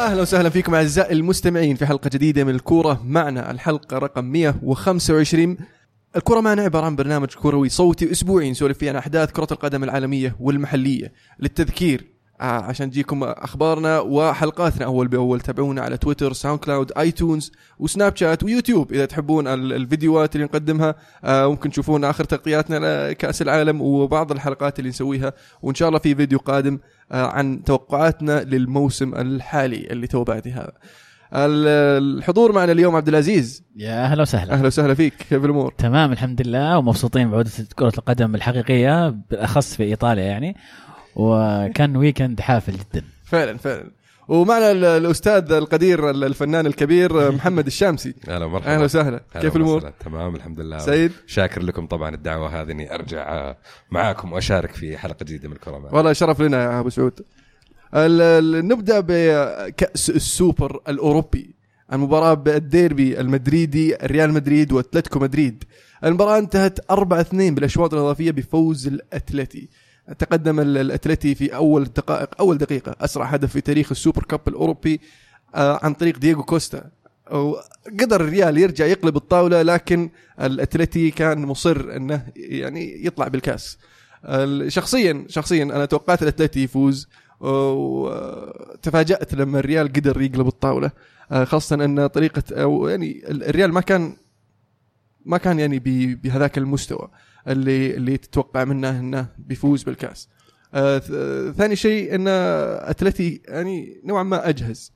أهلا وسهلا فيكم أعزائي المستمعين في حلقة جديدة من الكورة معنا، الحلقة رقم 125. الكورة معنا عبارة عن برنامج كروي صوتي أسبوعي نسولف فيه عن أحداث كرة القدم العالمية والمحلية. للتذكير عشان تجيكم أخبارنا وحلقاتنا أول بأول، تابعونا على تويتر، ساوند كلاود، آيتونز وسناب شات ويوتيوب. إذا تحبون الفيديوهات اللي نقدمها ممكن تشوفون آخر تغطياتنا لكأس العالم وبعض الحلقات اللي نسويها، وإن شاء الله في فيديو قادم عن توقعاتنا للموسم الحالي اللي تو بعد هذا. الحضور معنا اليوم عبد العزيز. يا أهلا وسهلا. أهلا وسهلا فيك، كيف الأمور؟ تمام الحمد لله، ومبسوطين بعودة كرة القدم الحقيقية بالأخص في إيطاليا يعني، وكان ويكند حافل جدا فعلا. ومعنا الأستاذ القدير الفنان الكبير محمد الشامسي. أهلا مرحبا. أهلا وسهلا، كيف الأمور؟ تمام الحمد لله. سيد شاكر لكم طبعا الدعوة هذه إني أرجع معاكم وأشارك في حلقة جديدة من الكرة. والله شرف لنا يا أبو سعود. نبدأ بكأس السوبر الأوروبي، المباراة بالديربي المدريدي ريال مدريد وأتلتيكو مدريد. المباراة انتهت 4-2 بالأشواط الإضافية بفوز الأتلتي. تقدم الأتلتي في أول دقيقة أسرع هدف في تاريخ السوبر كاب الأوروبي عن طريق دييغو كوستا. قدر الريال يرجع يقلب الطاولة، لكن الأتلتي كان مصر أنه يعني يطلع بالكاس. شخصيا أنا توقعت الأتلتي يفوز، وتفاجأت لما الريال قدر يقلب الطاولة، خاصة أن طريقة أو يعني الريال ما كان يعني بهذاك المستوى اللي تتوقع منه انه بيفوز بالكاس. ثاني شيء ان اتلتي يعني نوعا ما اجهز.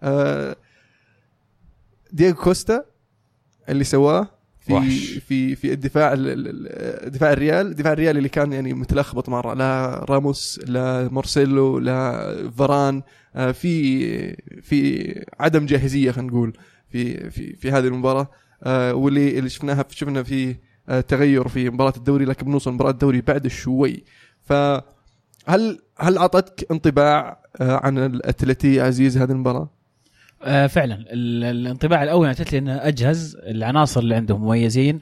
دييغو كوستا اللي سواه في الدفاع الريال اللي كان يعني متلخبط مرة، لا راموس لا مارسيلو لا فاران، في عدم جاهزية خلينا نقول في هذه المباراة، واللي شفنا في تغير في مباراة الدوري، لكن بنوصل مباراة الدوري بعد شوي. فهل أعطتك انطباع عن الأتلتي عزيز هذه المباراة؟ فعلا الانطباع الأول أعتقد لأنه أجهز، العناصر اللي عندهم مميزين،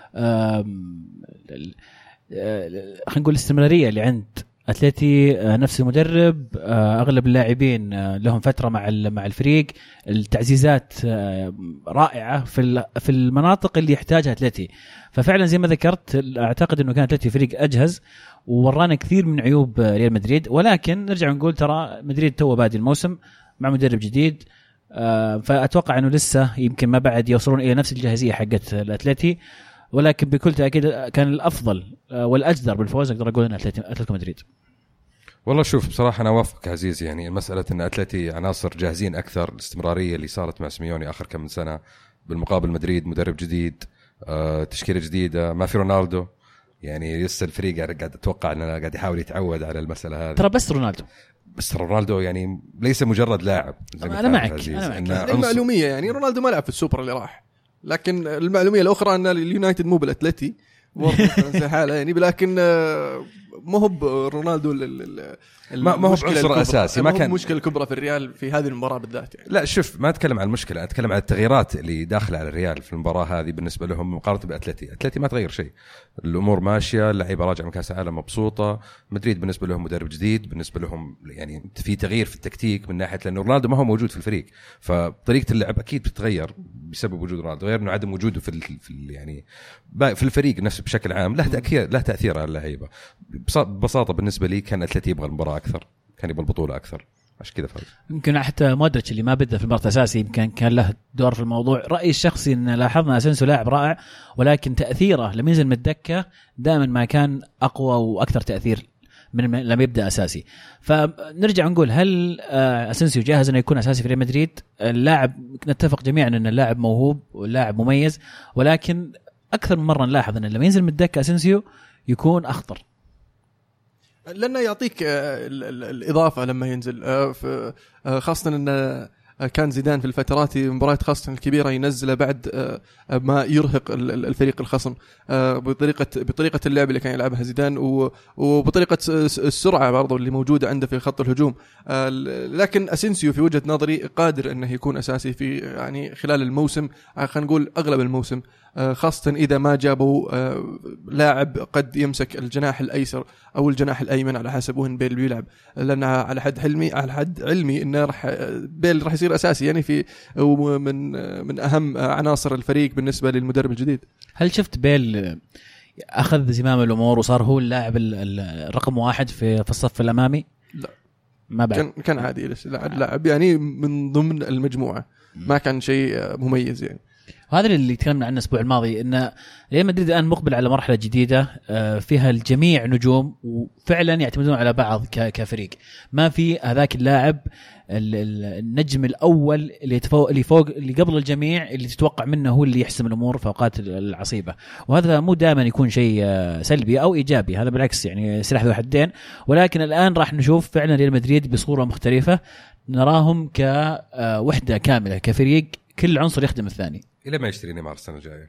خلينا نقول الاستمرارية اللي عند أتلتي، نفس المدرب، أغلب اللاعبين لهم فترة مع الفريق، التعزيزات رائعة في المناطق اللي يحتاجها أتلتي. ففعلا زي ما ذكرت أعتقد أنه كان أتلتي فريق أجهز وورانا كثير من عيوب ريال مدريد، ولكن نرجع نقول ترى مدريد تو بادئ الموسم مع مدرب جديد، فأتوقع أنه لسه يمكن ما بعد يوصلون إلى نفس الجاهزية حقت الأتلتي، ولكن بكل تأكيد كان الأفضل والأجدر بالفوز أقدر أقول أن أتلتيكو مدريد. والله شوف بصراحة أنا أوافق عزيز، يعني المسألة أن أتلتي عناصر جاهزين أكثر، الاستمرارية اللي صارت مع سيميوني آخر كم سنة، بالمقابل مدريد مدرب جديد، تشكيلة جديدة، ما في رونالدو، يعني لسه الفريق قاعد أتوقع أنه قاعد يحاول يتعود على المسألة هذه. ترى بس رونالدو يعني ليس مجرد لاعب. أنا معك. المعلومية يعني رونالدو ما لعب في السوبر اللي راح، لكن المعلومية الأخرى أن اليونايتد مو بالأتلتي زي حاله يعني، لكن ما هو رونالدو ما هو عنصر أساسي، ما كان مشكلة كبرى في الريال في هذه المباراة بالذات يعني. لا شوف، ما أتكلم عن المشكلة، أتكلم عن التغييرات اللي داخلة على الريال في المباراة هذه بالنسبة لهم مقارنة بأتلتي ما تغير شيء، الأمور ماشية، اللعيبة راجعة من كأس العالم مبسوطة. مدريد بالنسبة لهم مدرب جديد، بالنسبة لهم يعني في تغيير في التكتيك من ناحية لأن رونالدو ما هو موجود في الفريق، فطريقة اللعب أكيد بتتغير بسبب وجود رونالدو، غير إنه عدم وجوده يعني في الفريق نفسه بشكل عام له تأثير على اللعيبة. ببساطة بالنسبة لي كان أتلتي يبغى المباراة أكثر، كان يبغى البطولة أكثر، عشان كذا فاز. يمكن حتى مودريتش اللي ما بدأ في المباراة الأساسي يمكن كان له دور في الموضوع. رأيي الشخصي إن لاحظنا أسنسيو لاعب رائع، ولكن تأثيره لما ينزل من الدكة دائما ما كان أقوى وأكثر تأثير من لما يبدأ أساسي. فنرجع نقول هل أسنسيو جاهز إنه يكون أساسي في ريال مدريد؟ اللاعب نتفق جميعا إن اللاعب موهوب واللاعب مميز، ولكن أكثر من مرة نلاحظ إن لما ينزل من الدكة أسنسيو يكون أخطر، لأنه يعطيك الإضافة لما ينزل، خاصة أن كان زيدان في الفترات مباريات خاصة الكبيرة ينزله بعد ما يرهق الفريق الخصم بطريقة اللعب اللي كان يلعبها زيدان، وبطريقة السرعة برضو اللي موجودة عنده في خط الهجوم. لكن أسينسيو في وجهة نظري قادر أنه يكون أساسي في يعني خلال الموسم، خلينا نقول أغلب الموسم، خاصة إذا ما جابوا لاعب قد يمسك الجناح الأيسر أو الجناح الأيمن على حسب وين بيل بيلعب، لأن على حد علمي إنه بيل راح يصير أساسي يعني في من أهم عناصر الفريق بالنسبة للمدرب الجديد. هل شفت بيل أخذ زمام الأمور وصار هو اللاعب الرقم 1 في الصف الأمامي؟ لا ما بعد كان عادي، لاعب يعني من ضمن المجموعة، ما كان شيء مميز يعني. وهذا اللي تكلمنا عنه الأسبوع الماضي، إن ريال مدريد الآن مقبل على مرحلة جديدة فيها الجميع نجوم وفعلا يعتمدون على بعض كفريق. ما في هذاك اللاعب النجم الأول اللي فوق اللي قبل الجميع اللي تتوقع منه هو اللي يحسم الأمور في أوقات العصيبة. وهذا مو دائما يكون شيء سلبي أو إيجابي، هذا بالعكس يعني سلاح ذو حدين. ولكن الآن راح نشوف فعلا ريال مدريد بصورة مختلفة، نراهم كوحدة كاملة كفريق، كل عنصر يخدم الثاني. إلى ما يشتري نيمار السنة الجاية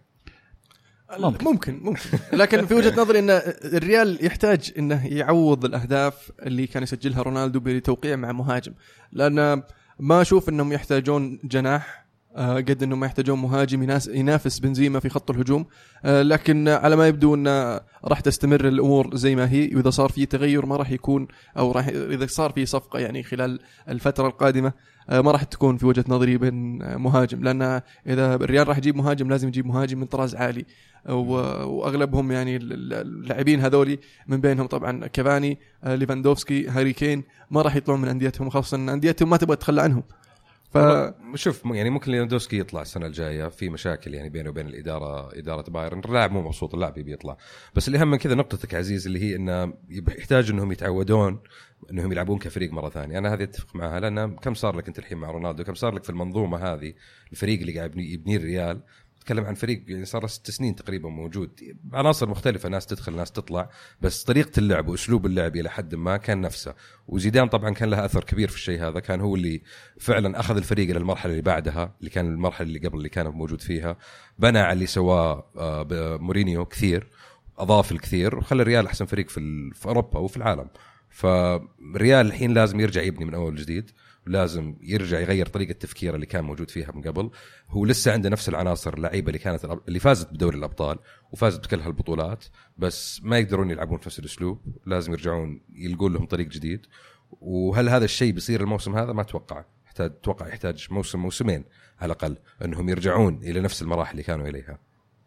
ممكن لكن في وجهة نظري ان الريال يحتاج انه يعوض الاهداف اللي كان يسجلها رونالدو بتوقيع مع مهاجم، لان ما اشوف انهم يحتاجون جناح قد انهم يحتاجون مهاجم ينافس بنزيما في خط الهجوم. لكن على ما يبدو ان راح تستمر الامور زي ما هي، واذا صار في تغير ما راح يكون، او راح اذا صار في صفقة يعني خلال الفترة القادمة ما راح تكون في وجهة نظري بين مهاجم، لأن إذا الريال راح يجيب مهاجم لازم يجيب مهاجم من طراز عالي، وأغلبهم يعني اللاعبين هذولي من بينهم طبعا كافاني، ليفاندوفسكي، هاري كين ما راح يطلعون من أنديتهم، خاصة أن أنديتهم ما تبغى تتخلى عنهم. شوف يعني ممكن ليفاندوفسكي يطلع السنة الجاية، في مشاكل يعني بينه وبين إدارة بايرن، اللاعب مو مبسوط، اللاعب بيطلع. بس اللي هم من كذا نقطتك عزيز اللي هي إنه يحتاج إنهم يتعودون انهم يلعبون كفريق مره ثانيه. انا هذه اتفق معها، لان كم صار لك انت الحين مع رونالدو، كم صار لك في المنظومه هذه، الفريق اللي قاعد يبني الريال، تتكلم عن فريق يعني صار 6 سنين تقريبا موجود، عناصر مختلفه، ناس تدخل ناس تطلع، بس طريقه اللعب واسلوب اللعب الى حد ما كان نفسه. وزيدان طبعا كان له اثر كبير في الشيء هذا، كان هو اللي فعلا اخذ الفريق الى المرحله اللي بعدها، اللي كان المرحله اللي قبل اللي كان موجود فيها، بنى على اللي سواه مورينيو كثير، اضاف الكثير وخلى الريال احسن فريق في اوروبا وفي العالم. فالريال الحين لازم يرجع يبني من أول جديد، ولازم يرجع يغير طريقة تفكيره اللي كان موجود فيها من قبل. هو لسه عنده نفس العناصر اللعيبة اللي فازت بدوري الأبطال وفازت بكل هالبطولات، بس ما يقدرون يلعبون في نفس الأسلوب، لازم يرجعون يلقون لهم طريق جديد. وهل هذا الشيء بيصير الموسم هذا؟ ما أتوقع، يحتاج موسمين على الأقل أنهم يرجعون إلى نفس المراحل اللي كانوا إليها.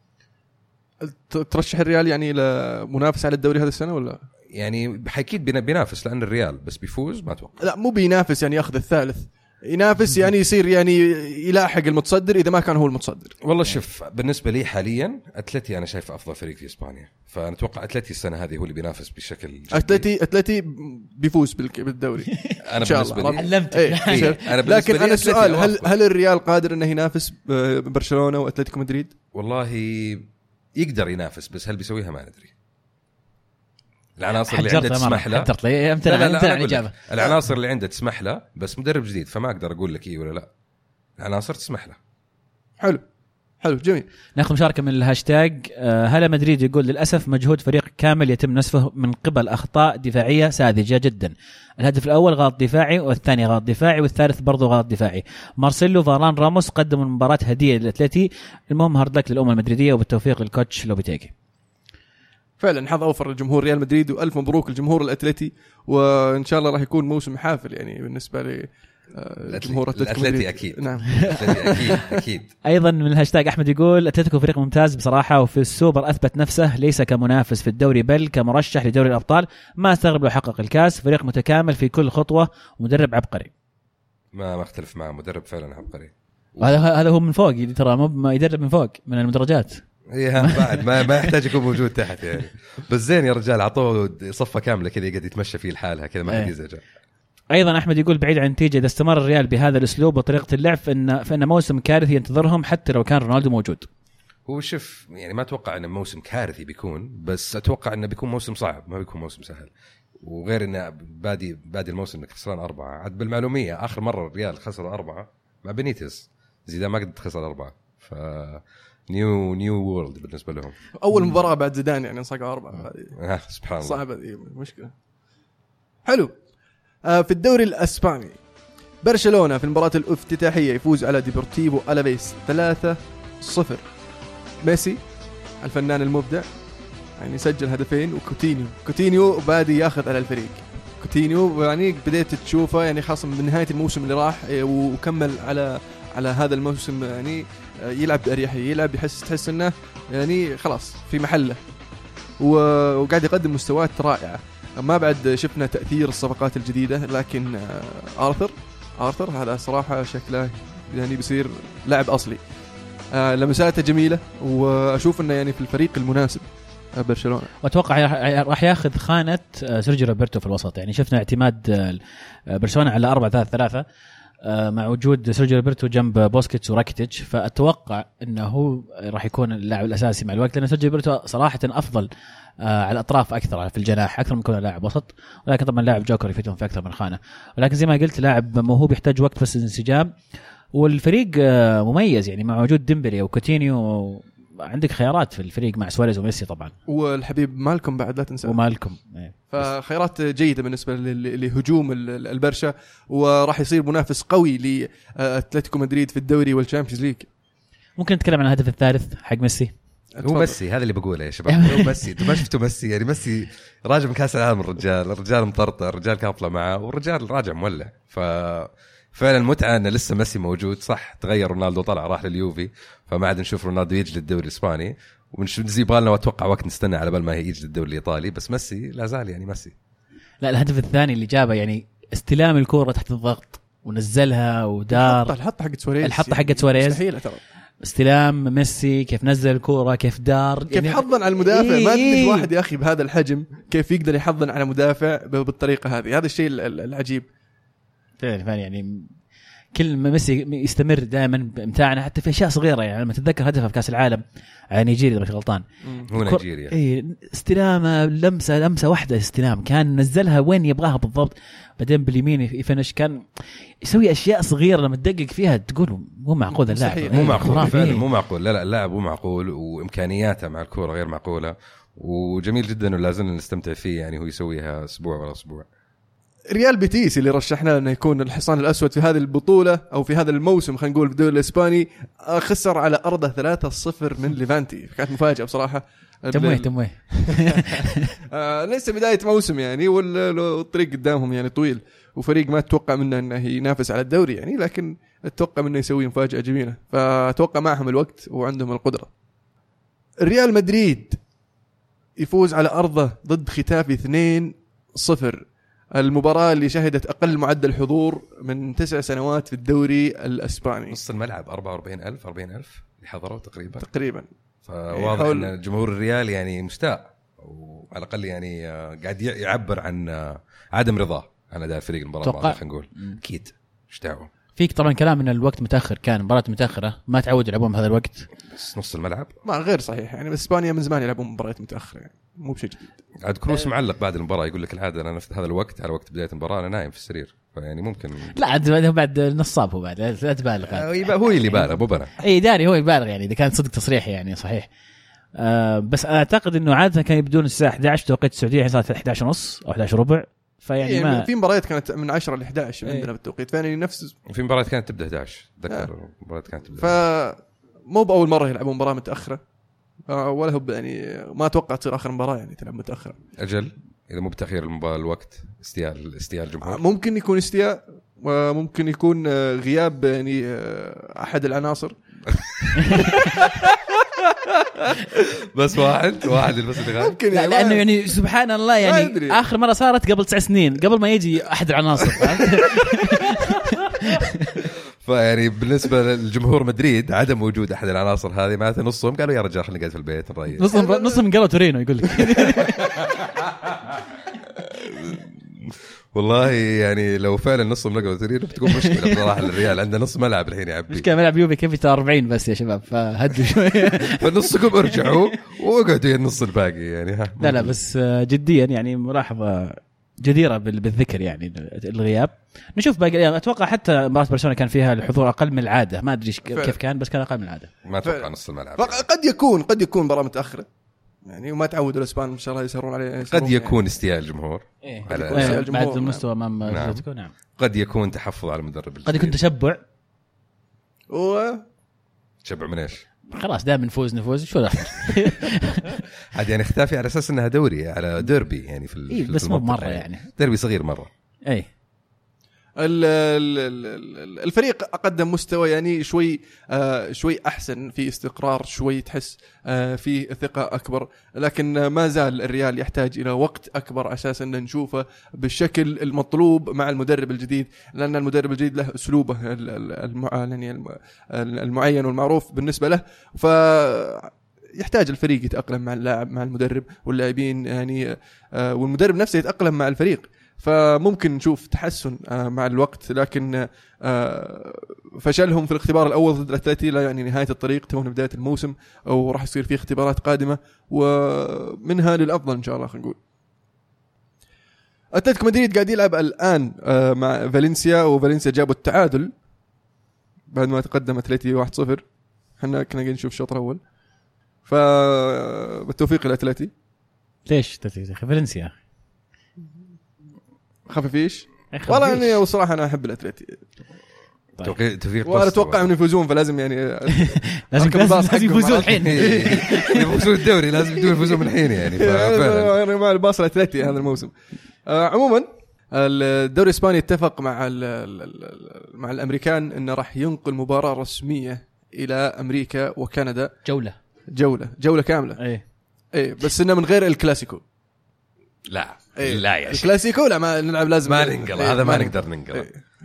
ترشح الريال يعني لمنافس على الدوري هذا السنة ولا؟ يعني أكيد بينافس، لأن الريال بس بيفوز ما أتوقع. لا مو بينافس يعني ياخذ الثالث، ينافس يعني يصير يعني يلاحق المتصدر إذا ما كان هو المتصدر. والله شوف بالنسبة لي حاليا أتلتي أنا شايف أفضل فريق في إسبانيا، فنتوقع أتلتي السنة هذه هو اللي بينافس بشكل جدي. أتلتي بيفوز بالدوري أنا بالنسبة لي لكن أنا السؤال هل الريال قادر أنه ينافس برشلونة وأتلتيكو مدريد؟ والله يقدر ينافس، بس هل بيسويها ما ندري. العناصر اللي عنده تسمح له، العناصر اللي عنده تسمح له، بس مدرب جديد فما أقدر أقول لك إيه ولا لا. العناصر تسمح له. حلو جميل. ناخذ مشاركة من الهاشتاج هلا مدريد يقول للأسف مجهود فريق كامل يتم نسفه من قبل أخطاء دفاعية ساذجة جدا. الهدف الأول غلط دفاعي، والثاني غلط دفاعي، والثالث برضو غلط دفاعي. مارسيلو فاران راموس قدموا المباراة هدية للأتلتي. المهم هارد لك للأمة المدريدية وبالتوفيق للكوتش لوبيتيجي. فعلا حظ أوفر لجمهور ريال مدريد، وألف مبروك لجمهور الأتلتي، وإن شاء الله راح يكون موسم حافل يعني بالنسبة لي جمهور الأتلتي أكيد. نعم أكيد. أيضا من الهاشتاج أحمد يقول أتلتيكو فريق ممتاز بصراحة، وفي السوبر أثبت نفسه ليس كمنافس في الدوري بل كمرشح لدوري الأبطال. ما استغرب لو حقق الكاس. فريق متكامل في كل خطوة، ومدرب عبقري. ما اختلف معه، مدرب فعلا عبقري. هذا هو من فوق، ترى ما يدرب من فوق من المدرجات. بعد ما يحتاج يكون موجود تحت يعني. بس زين يا رجال، عطوه صفة كاملة كذا يقعد يتمشى فيه لحالها كذا، ما حد يزعجه. ايضا احمد يقول بعيد عن النتيجه، اذا استمر الريال بهذا الاسلوب وطريقه اللعب فان موسم كارثي ينتظرهم حتى لو كان رونالدو موجود. هو شوف يعني ما اتوقع انه موسم كارثي بيكون، بس اتوقع انه بيكون موسم صعب، ما بيكون موسم سهل. وغير انه بادي الموسم خسران 4. عاد بالمعلوميه اخر مره الريال خسر 4 مع بنيتس، زيدان ما قد خسر 4. ف نيو وورلد بالنسبه لهم. اول مباراه بعد زيدان يعني صقوا 4 هذه. سبحان الله، صعبه دي مشكله. حلو. في الدوري الاسباني برشلونه في المباراه الافتتاحيه يفوز على ديبورتيفو ألافيس 3-0. ميسي الفنان المبدع يعني سجل هدفين، وكوتينيو بادي ياخذ على الفريق. كوتينيو يعني بديت تشوفه يعني خاصة من نهاية الموسم اللي راح وكمل على هذا الموسم يعني يلعب بأريحية، يلعب تحس انه يعني خلاص في محله وقاعد يقدم مستويات رائعة. ما بعد شفنا تأثير الصفقات الجديدة، لكن آرثر هذا صراحة شكله يعني بيصير لاعب أصلي. لمساته جميلة وأشوف أنه يعني في الفريق المناسب برشلونة. وأتوقع راح ياخذ خانة سيرجيو روبرتو في الوسط. يعني شفنا اعتماد برشلونة على 4-3-3 مع وجود سيرجيو روبرتو جنب بوسكيتس وراكيتيتش، فأتوقع أنه راح يكون اللاعب الأساسي مع الوقت، لأن سيرجيو روبرتو صراحة أفضل على الأطراف أكثر في الجناح أكثر من كونه لاعب وسط، ولكن طبعا لاعب جوكر يفيدهم في أكثر من خانة. ولكن زي ما قلت لاعب موهوب يحتاج وقت بس انسجام، والفريق مميز يعني مع وجود ديمبلي وكوتينيو عندك خيارات في الفريق مع سواريز وميسي طبعا، والحبيب مالكم بعد لا تنسى ومالكم. فخيارات جيدة بالنسبة لهجوم البرشا، وراح يصير منافس قوي لأتلتيكو مدريد في الدوري والشامبيونز ليج. ممكن نتكلم عن الهدف الثالث حق ميسي. هو ميسي هذا اللي بقوله يا شباب. هو ميسي ما شفتوا ميسي يعني ميسي راجع من كاس العالم، الرجال مطرطر، الرجال كافله معه، والرجال راجع مولع. ففعلا المتعه ان لسه ميسي موجود. صح تغير رونالدو طلع راح لليوفي، فما عاد نشوف رونالدو يجي للدوري الاسباني، ونشوف يبغى لنا واتوقع وقت نستنى على بال ما يجي للدوري الايطالي، بس ميسي لا زال يعني ميسي. لا الهدف الثاني اللي جابه يعني استلام الكرة تحت الضغط ونزلها ودار الحطة حقت سواريز، الحطة حقت سواريز مستحيل ترى. استلام ميسي كيف نزل الكرة، كيف دار، كيف يعني حضن على المدافع. ما أدري واحد يا أخي بهذا الحجم كيف يقدر يحضن على مدافع بالطريقة هذه. هذا الشيء العجيب فعلا. يعني كل ما ميسي يستمر دائما بامتاعنا حتى في اشياء صغيره. يعني لما تتذكر هدفه في كاس العالم على نيجيريا مش غلطان، هو نيجيريا استلامه لمسه واحده استلام كان نزلها وين يبغاها بالضبط، بعدين باليمين يفنش. كان يسوي اشياء صغيره لما تدقق فيها تقول مو معقول اللاعب، مو معقول فعلا مو معقول. لا اللاعب مو معقول، وامكانياته مع الكوره غير معقوله، وجميل جدا ولازم نستمتع فيه. يعني هو يسويها اسبوع ولا اسبوع. ريال بيتيس اللي رشحنا انه يكون الحصان الاسود في هذه البطوله او في هذا الموسم، خلينا نقول في الدوري الاسباني، خسر على ارضه 3-0 من ليفانتي. كانت مفاجاه بصراحه. تمويه لسه بدايه موسم يعني، والطريق قدامهم يعني طويل، وفريق ما تتوقع منه انه ينافس على الدوري يعني، لكن اتوقع منه يسوي مفاجاه جميله. فاتوقع معهم الوقت وعندهم القدره. ريال مدريد يفوز على ارضه ضد ختافي 2-0، المباراة اللي شهدت أقل معدل حضور من 9 سنوات في الدوري الأسباني. نص الملعب 40,000 اللي حضروا تقريبا. فواضح يعني أن جمهور الريال يعني مشتاق، وعلى الأقل يعني قاعد يعبر عن عدم رضاه عن أداء الفريق المباراة. خلينا نقول أكيد اشتاقوا. فيك طبعا كلام ان الوقت متاخر، كان مباراه متاخره ما تعود يلعبون بهذا الوقت، بس نص الملعب ما غير صحيح يعني. بس اسبانيا من زمان يلعبون مباريات متاخره يعني، مو بشيء جديد. عاد كروس معلق بعد المباراه يقول لك العاده انا نفس هذا الوقت على وقت بدايه المباراه انا نايم في السرير، فيعني ممكن لا عاد بعد نصاب هو بعد لا تبالغ. هو اللي بالغ مو انا. اي داري هو يبالغ يعني اذا كان صدق تصريح يعني صحيح. بس اعتقد انه عاده كان يبدون الساعه 11 توقيت السعوديه، الحين صارت 11:30 او 11:15. فيعني ما في مباريات كانت من 10 ل 11 عندنا بالتوقيت ثاني نفس. في مباريات كانت تبدا 11 ذكر مباريات كانت تبدا. فمو باول مره يلعبون مباراه متاخره، ولا هو يعني ما اتوقع تصير اخر مباراه يعني تلعب متاخره. اجل اذا مو بتاخير المباراه الوقت استياء الجمهور. ممكن يكون استياء، وممكن يكون غياب يعني احد العناصر. بس واحد بس اللي غايب. لا لانه يعني سبحان الله يعني اخر مره صارت قبل 9 سنين قبل ما يجي احد العناصر. فيعني بالنسبه للجمهور مدريد عدم وجود احد العناصر هذه معناته نصهم قالوا يا رجال خلينا نقعد في البيت نريح. نصهم قالوا تورينو يقول لك. والله يعني لو فعلا نصهم لقوا تورينو بتكون مشكله بصراحه. الريال عنده نص ملعب الحين يعبي. مشكله ملعب يوفي كيف 40 بس يا شباب، فهدوا شويه. فنصكم ارجعوا وقعدوا النص الباقي يعني. لا بس جديا يعني ملاحظه جديره بالذكر يعني الغياب. نشوف باقي اتوقع حتى مباراه برشلونه كان فيها الحضور اقل من العاده، ما ادري كيف كان بس كان اقل من العاده. ما اتوقع نص الملعب. قد يكون مباراه متاخره يعني، وما تعودوا الاسبان ان شاء الله يسهرون عليه. قد يكون يعني استياء الجمهور بعد المستوى امام اتلتيكو. نعم قد يكون تحفظ على المدرب، قد يكون تشبع. تشبع من ايش؟ خلاص دائما نفوز شو الأخير. عاد يعني اختفي على اساس انها دوري على ديربي يعني في إيه بس مو مره يعني ديربي صغير مره. اي الفريق قدم مستوى يعني شوي احسن، في استقرار شوي، تحس في ثقه اكبر، لكن ما زال الريال يحتاج الى وقت اكبر اساسا ان نشوفه بالشكل المطلوب مع المدرب الجديد، لان المدرب الجديد له اسلوبه المعين والمعروف بالنسبه له، يحتاج الفريق يتأقلم مع اللاعب مع المدرب واللاعبين يعني، والمدرب نفسه يتأقلم مع الفريق، فممكن نشوف تحسن مع الوقت. لكن فشلهم في الاختبار الأول ضد الأتلتي لا يعني نهاية الطريق، تونا بداية الموسم أو راح يصير فيه اختبارات قادمة ومنها للأفضل إن شاء الله. خلينا نقول أتلتيكو مدريد قاعد يلعب الآن مع فالنسيا، وفالنسيا جابوا التعادل بعد ما تقدم أتلتي 1-0. احنا كنا قاعدين نشوف الشوط الأول، فبالتوفيق الأتلتي. ليش فالنسيا خفيفيش والله يعني، وصراحة أنا أحب الأتلتي. توفيق وأنا أتوقع أن يفوزون، فلازم يعني لازم يفوزون الحين. يفوزون الدوري لازم يفوزون من الحين يعني. أنا مع الباص الأتلتي هذا الموسم. عموما الدوري الإسباني اتفق مع الأمريكان أنه راح ينقل مباراة رسمية إلى أمريكا وكندا، جولة كاملة. إيه بس إنه من غير الكلاسيكو. لا يا الكلاسيكو لا ما نلعب، لازم ما ننقل هذا ما نقدر ننقل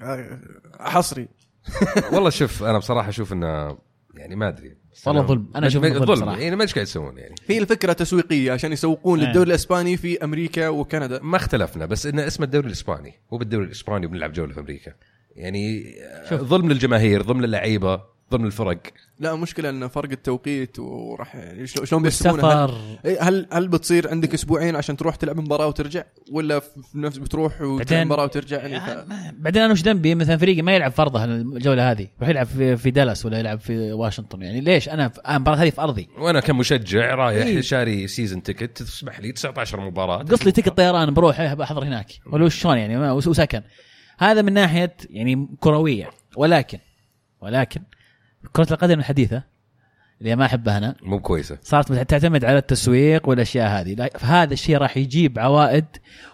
حصري. والله شوف أنا بصراحة أشوف إنه يعني ما أدري والله ظلم. أنا أشوف ظلم يعني ما إيش قاعد يسوون يعني. في الفكرة تسويقية عشان يسوقون للدوري الإسباني في أمريكا وكندا. ما اختلفنا، بس إن اسم الدوري الإسباني هو بالدوري الإسباني وبنلعب جولة في أمريكا يعني. ظلم للجماهير، ظلم للعيبة، ضمن الفرق. لا مشكلة أن فرق التوقيت وراح يعني شلون بيسمونه. هل بتصير عندك أسبوعين عشان تروح تلعب مباراة وترجع، ولا في نفس بتروح وتلعب مباراة وترجع يعني بعدين أنا وش ذنبي مثلا فريقي ما يلعب فرضه الجولة هذه، يروح يلعب في دالاس ولا يلعب في واشنطن يعني. ليش أنا المباراة هذه في أرضي؟ وأنا كمشجع رايح شاري سيزن تيكت تسمح لي 19 مباراة، قص لي تيكت طيران بروح بحضر هناك ولا وش شلون يعني وسكن. هذا من ناحية يعني كروية. ولكن كرة القدم الحديثة اللي ما أحبها أنا مو كويسة، صارت تعتمد على التسويق والأشياء هذه. فهذا الشيء راح يجيب عوائد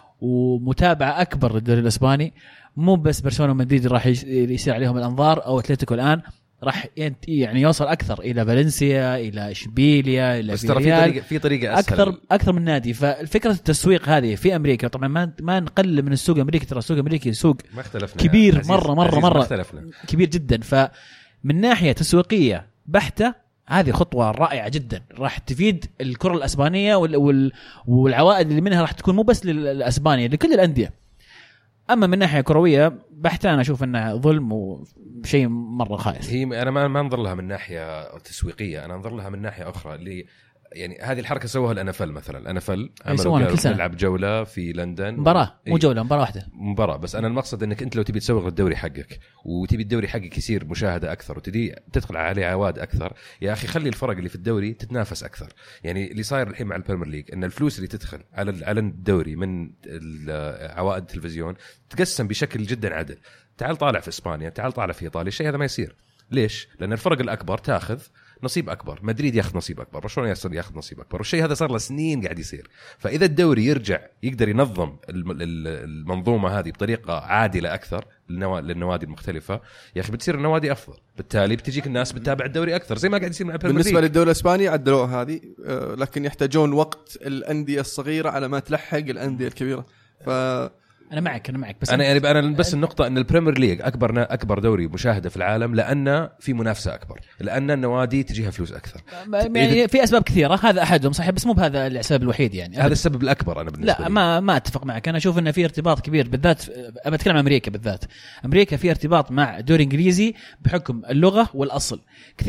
ومتابعة أكبر للدوري الإسباني. مو بس برشلونة ومدريد راح يصير عليهم الأنظار أو أتلتيكو، الآن راح يعني يوصل أكثر إلى فالنسيا، إلى إشبيليا، إلى فيريال، في طريقة أسهل أكثر من نادي. فالفكرة التسويق هذه في أمريكا طبعا ما نقلل من السوق الأمريكي، ترى السوق الأمريكي سوق كبير مرة كبير جدا. من ناحية تسويقية بحتة هذه خطوة رائعة جدا، راح تفيد الكرة الأسبانية والعوائد اللي منها راح تكون مو بس للأسبانيا، لكل الأندية. أما من ناحية كروية بحتة أنا أشوف أنها ظلم وشيء مرة خايس. أنا ما أنظر لها من ناحية تسويقية، أنا أنظر لها من ناحية أخرى اللي يعني هذه الحركة سووها الأنفل مثلا. الأنفل عملوا نلعب جولة في لندن، مباراة مو جولة، مباراة واحدة مباراة بس. أنا المقصد أنك أنت لو تبي تسوق الدوري حقك وتبي الدوري حقك يصير مشاهدة أكثر وتدي تدخل عليه عواد أكثر، يا أخي خلي الفرق اللي في الدوري تتنافس أكثر. يعني اللي صاير الحين مع البريمير ليج أن الفلوس اللي تدخل على الدوري من عوائد التلفزيون تقسم بشكل جدا عدل. تعال طالع في إسبانيا، تعال طالع في إيطاليا، الشيء هذا ما يصير. ليش؟ لأن الفرق الأكبر تأخذ نصيب أكبر، مدريد ياخذ نصيب أكبر، برشلونة ياخذ نصيب أكبر، والشيء هذا صار له سنين قاعد يصير. فإذا الدوري يرجع يقدر ينظم المنظومة هذه بطريقة عادلة أكثر للنوادي المختلفة، يا أخي بتصير النوادي أفضل، بالتالي بتجيك الناس بتتابع الدوري أكثر زي ما قاعد يصير مع بالنسبة للدوري الإسباني عدلوها هذه، لكن يحتاجون وقت الأندية الصغيرة على ما تلحق الأندية الكبيرة. أنا معك بس أنا بس النقطة أن البريمير ليج أكبر دوري مشاهدة في العالم، لأن في منافسة أكبر، لأن النوادي تجيها فلوس أكثر. يعني في أسباب كثيرة، هذا أحدهم صحيح، بس مو بهذا السبب الوحيد يعني. هذا السبب الأكبر. أنا بالنسبة لي ما أتفق معك. أنا أشوف أن في ارتباط كبير، بالذات أنا بتكلم عن أمريكا بالذات. أمريكا في ارتباط مع دوري إنجليزي بحكم اللغة والأصل.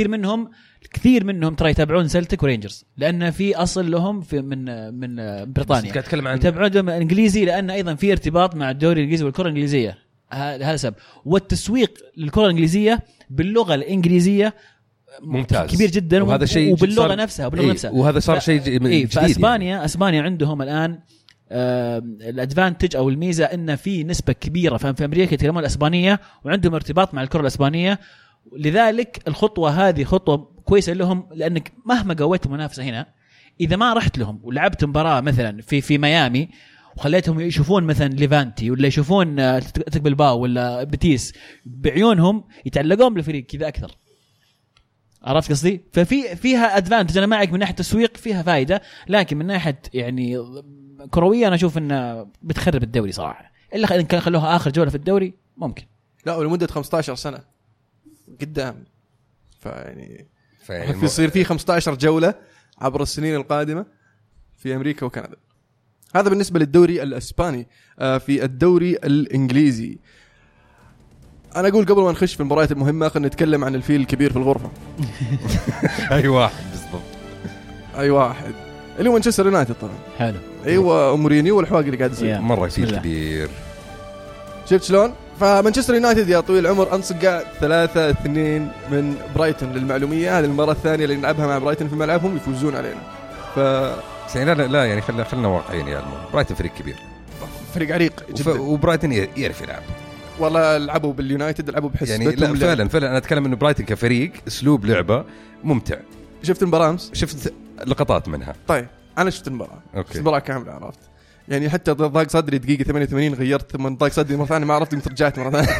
كثير منهم ترى يتابعون سلتيك ورينجرز لأن في أصل لهم من بريطانيا، يتابعون الإنجليزي لأن أيضا في ارتباط مع الدوري الإنجليزي والكرة الإنجليزية. هذا سبب. والتسويق للكرة الإنجليزية باللغة الإنجليزية ممتاز كبير جدا، وهذا شيء وباللغة نفسها وهذا صار شيء جديد. فأسبانيا عندهم الآن الادفانتج او الميزة ان في نسبة كبيرة في أمريكا يتكلمون الإسبانية وعندهم ارتباط مع الكرة الإسبانية. لذلك الخطوة هذه خطوة كويسه لهم، لانك مهما قويت المنافسه هنا اذا ما رحت لهم ولعبت مباراه مثلا في ميامي وخليتهم يشوفون مثلا ليفانتي ولا يشوفون اتلتيك بلباو ولا بيتيس بعيونهم يتعلقون بالفريق كذا اكثر. عرفت قصدي؟ فيها ادفانتج. انا معك من ناحيه تسويق فيها فائده، لكن من ناحيه يعني كرويه انا اشوف انه بتخرب الدوري صراحه، الا ان كان خلوها اخر جوله في الدوري ممكن، لا ولمده 15 سنه قدام. فيعني يصير في 15 جوله عبر السنين القادمه في امريكا وكندا. هذا بالنسبه للدوري الاسباني. في الدوري الانجليزي انا اقول قبل ما نخش في المباريات المهمه خلينا نتكلم عن الفيل الكبير في الغرفه. اي واحد بالضبط، اي واحد اللي هو مانشستر يونايتد طبعا. حلو. ايوه مورينيو والحواق اللي قاعد يصير مره فيل كبير. شفت شلون؟ فمانشستر يونايتد يا طويل العمر انصقع 3-2 من برايتون. للمعلوميه هذه المباراه الثانيه اللي نلعبها مع برايتون في ملعبهم يفوزون علينا. لا يعني خلنا واقعيين يا المو. برايتون فريق كبير، فريق عريق جدا، وبرايتون يعرف يلعب. والله لعبوا باليونايتد لعبوا بحسبتهم يعني لا فعلا انا اتكلم انه برايتون كفريق اسلوب لعبه ممتع. شفت المباراه امس؟ شفت لقطات منها. طيب انا شفت المباراه، شفت المباراه كامله عرفت يعني. حتى ضاق صدري دقيقه 88 غيرت ثم ضاق صدري مره ثانيه ما عرفت قمت رجعت مره ثانيه.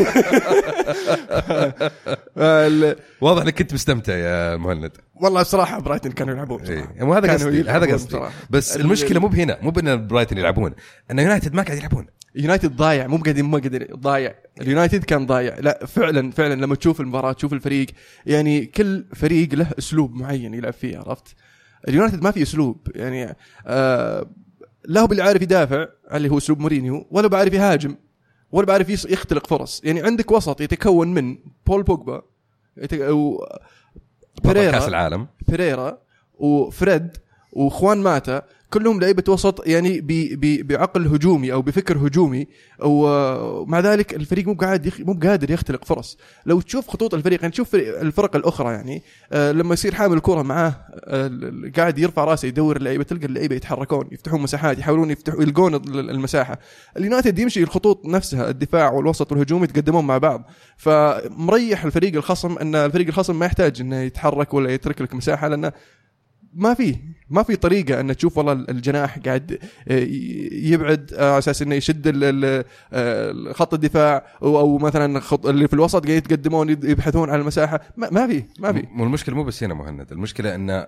واضح انك كنت مستمتع يا مهند. والله بصراحه برايتون كانوا يلعبون مو هذا قصدي، هذا قصدي. بس المشكله مو بهنا، مو بان برايتون يلعبون، ان يونايتد ما قاعد يلعبون. يونايتد ضايع، مو قاعد ضايع. اليونايتد كان ضايع. لا فعلا لما تشوف المباراه تشوف الفريق، يعني كل فريق له اسلوب معين يلعب فيه عرفت. اليونايتد ما في اسلوب يعني لا هو باللي عارف يدافع اللي هو اسلوب مورينيو، ولا بعرف يهاجم، ولا بعرف يختلق فرص. يعني عندك وسط يتكون من بول بوجبا كاس العالم بيريرا وفريد وخوان ماتا، كلهم لعيبه وسط يعني بعقل هجومي او بفكر هجومي، ومع ذلك الفريق مو قادر يختلق فرص. لو تشوف خطوط الفريق يعني تشوف الفرق الاخرى يعني لما يصير حامل الكره معاه قاعد يرفع راسه يدور اللعيبه، تلقى اللعيبه يتحركون يفتحون مساحات يحاولون يلقون المساحه. اليونايتد يمشي الخطوط نفسها الدفاع والوسط والهجوم يتقدمون مع بعض، فمريح الفريق الخصم ان الفريق الخصم ما يحتاج انه يتحرك ولا يترك لك مساحه، لانه ما في طريقة أن تشوف والله الجناح قاعد يبعد على أساس إنه يشد خط الدفاع، أو مثلا اللي في الوسط قاعد يتقدمون يبحثون عن المساحة. ما في. المشكلة مو بس هنا مهند، المشكلة إن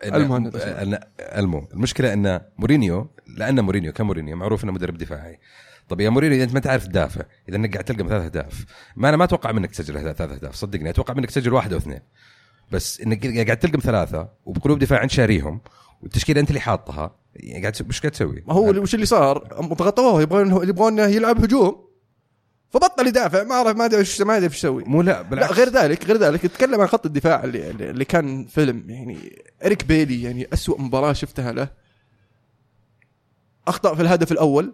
المشكلة إن مورينيو، لأن مورينيو كمورينيو معروف إنه مدرب دفاعي. طب يا مورينيو أنت ما تعرف تدافع، إذا إنك قاعد تلقى 3 أهداف، ما أنا ما أتوقع منك تسجل 3 أهداف صدقني، أتوقع منك تسجل 1 أو 2، بس انك قاعد تلقم 3 وبقلوب دفاع عند شاريهم، والتشكيله انت اللي حاطها يعني قاعد مش قاعد تسوي. ما هو وش اللي صار؟ ضغطوه يبغون يلعب هجوم، فبطل يدافع. ما ادري ايش يسوي. مو لا بالعكس. لا غير ذلك يتكلم عن خط الدفاع اللي كان فيلم يعني. إريك بيلي يعني أسوأ مباراة شفتها له، اخطا في الهدف الاول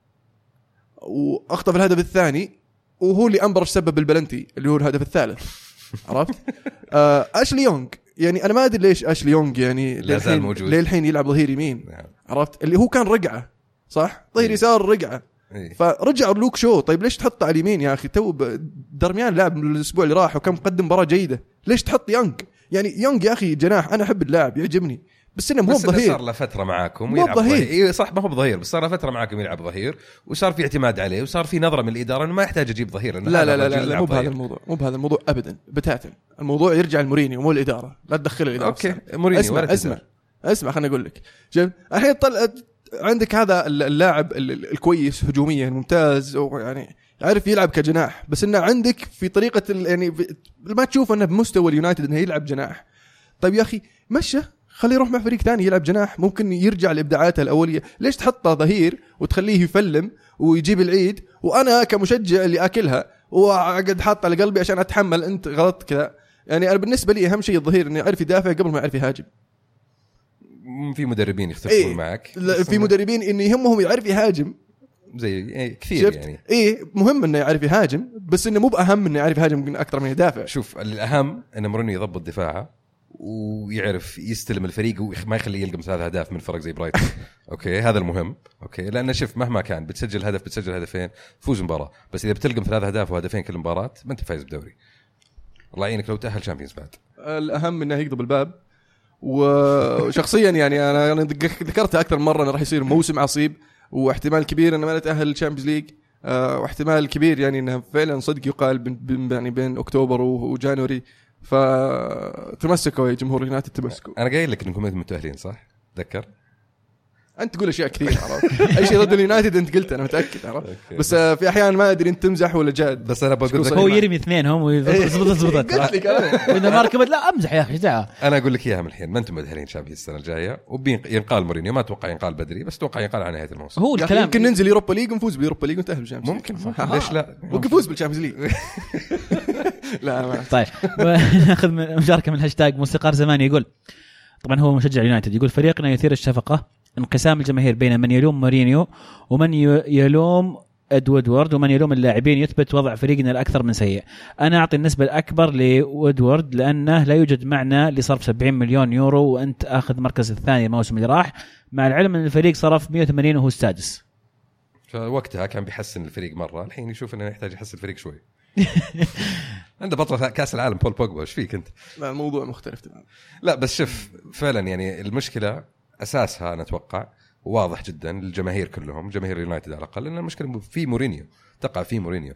واخطا في الهدف الثاني، وهو اللي انبرش سبب البلنتي اللي هو الهدف الثالث. عرفت؟ أشلي يونغ يعني أنا ما أدري ليش أشلي يونغ يعني للحين يلعب ظهير يمين. عرفت؟ اللي هو كان رقعة صح؟ ظهير يسار رقعة، فرجع لوك شو. طيب ليش تحط على اليمين يا أخي؟ تو درميان لاعب الأسبوع اللي راح وكان مقدم مباراة جيدة، ليش تحط يونغ؟ يعني يونغ يا أخي جناح، أنا أحب اللاعب يعجبني، بس انه مو ظهير. صار له فتره معاكم ويلعب ظهير. اي صح ما هو بظهير، بس صار له فتره معاكم يلعب ظهير، وصار في اعتماد عليه، وصار في نظره من الاداره انه ما يحتاج يجيب ظهير. لا مو بهذا الموضوع، مو بهذا الموضوع ابدا بتاتا. الموضوع يرجع لمورينيو مو الاداره، لا تدخل الاداره. اوكي مورينيو اسمع خليني اقول لك. شوف الحين عندك هذا اللاعب الكويس هجوميا ممتاز، ويعني يعرف يلعب كجناح، بس انه عندك في طريقه يعني ما تشوف انه بمستوى اليونايتد انه يلعب جناح. طيب يا اخي مشى، خليه يروح مع فريق ثاني يلعب جناح، ممكن يرجع لابداعاته الاوليه. ليش تحطه ظهير وتخليه يفلم ويجيب العيد، وانا كمشجع اللي اكلها وقاعد حاط على قلبي عشان اتحمل انت غلط كذا؟ يعني انا بالنسبه لي اهم شيء الظهير انه يعرف يدافع قبل ما يعرف يهاجم. في مدربين يختلفون معك، في مدربين انه يهمهم يعرف يهاجم زي كثير يعني. مهم انه يعرف يهاجم، بس انه مو باهم انه يعرف يهاجم اكثر من يدافع. شوف الاهم ان مورينيو يضبط دفاعه ويعرف يستلم الفريق وما يخليه يلقم 3 أهداف من فرق زي برايتون. اوكي هذا المهم. اوكي لان شوف مهما كان بتسجل هدف بتسجل هدفين فوز مباراه، بس اذا بتلقم 3 أهداف وهدفين كل مباراه ما انت فايز بالدوري. الله يعينك لو تأهل شامبيونز بعد. الاهم انه يقضب الباب. وشخصيا يعني انا ذكرتها اكثر مره انه راح يصير موسم عصيب، واحتمال كبير انه ما نتاهل للشامبيونز ليج، واحتمال كبير يعني انه فعلا صدق يقال يعني بين اكتوبر وجانوري. فتمسكوا يا جمهور يونايتد، تمسكوا. انا قايل لك انكم متأهلين صح؟ تذكر انت تقول اشياء كثير عرفت. اي شيء ضد اليونايتد انت قلت، انا متاكد عرفت. بس في احيان ما ادري انت تمزح ولا جاد. بس انا بقول لك هو يرمي اثنين هم ويضبط قلت لك انا واذا ما ركبت لا امزح يا اخي دعاء. انا اقول لك اياها من الحين، ما انتم متأهلين شامبيونز السنه الجايه، وينقال مورينيو. ما اتوقع ينقال بدري، بس اتوقع ينقال على نهايه الموسم. هو الكلام يمكن ننزل يوروبا ليج ونفوز بيوروبا ليج ونتاهل بالشامبيونز. ممكن ليش لا، ممكن نفوز بالشامبيونز ليج. لا ما طيب ناخذ مشاركه من هاشتاج موسيقار زمان. يقول طبعا هو مشجع يونايتد، يقول فريقنا يثير الشفقه، انقسام الجماهير بين من يلوم مورينيو ومن يلوم ادوارد ومن يلوم اللاعبين، يثبت وضع فريقنا الأكثر من سيء. أنا أعطي النسبة الأكبر لادوارد لأنه لا يوجد معنى لصرف 70 مليون يورو وأنت أخذ المركز الثاني الموسم اللي راح، مع العلم أن الفريق صرف 180 وهو السادس. فوقتها كان بيحسن الفريق مرة، الحين يشوف أنه يحتاج يحسن الفريق شوي. عنده بطل كأس العالم بول بوجبا، ايش فيك أنت؟ لا الموضوع مختلف تماما. لا بس شوف فعلا يعني المشكلة أساسها أنا أتوقع واضح جدا للجماهير كلهم، جماهير اليونايتد على الأقل، أن المشكلة في مورينيو، تقع في مورينيو.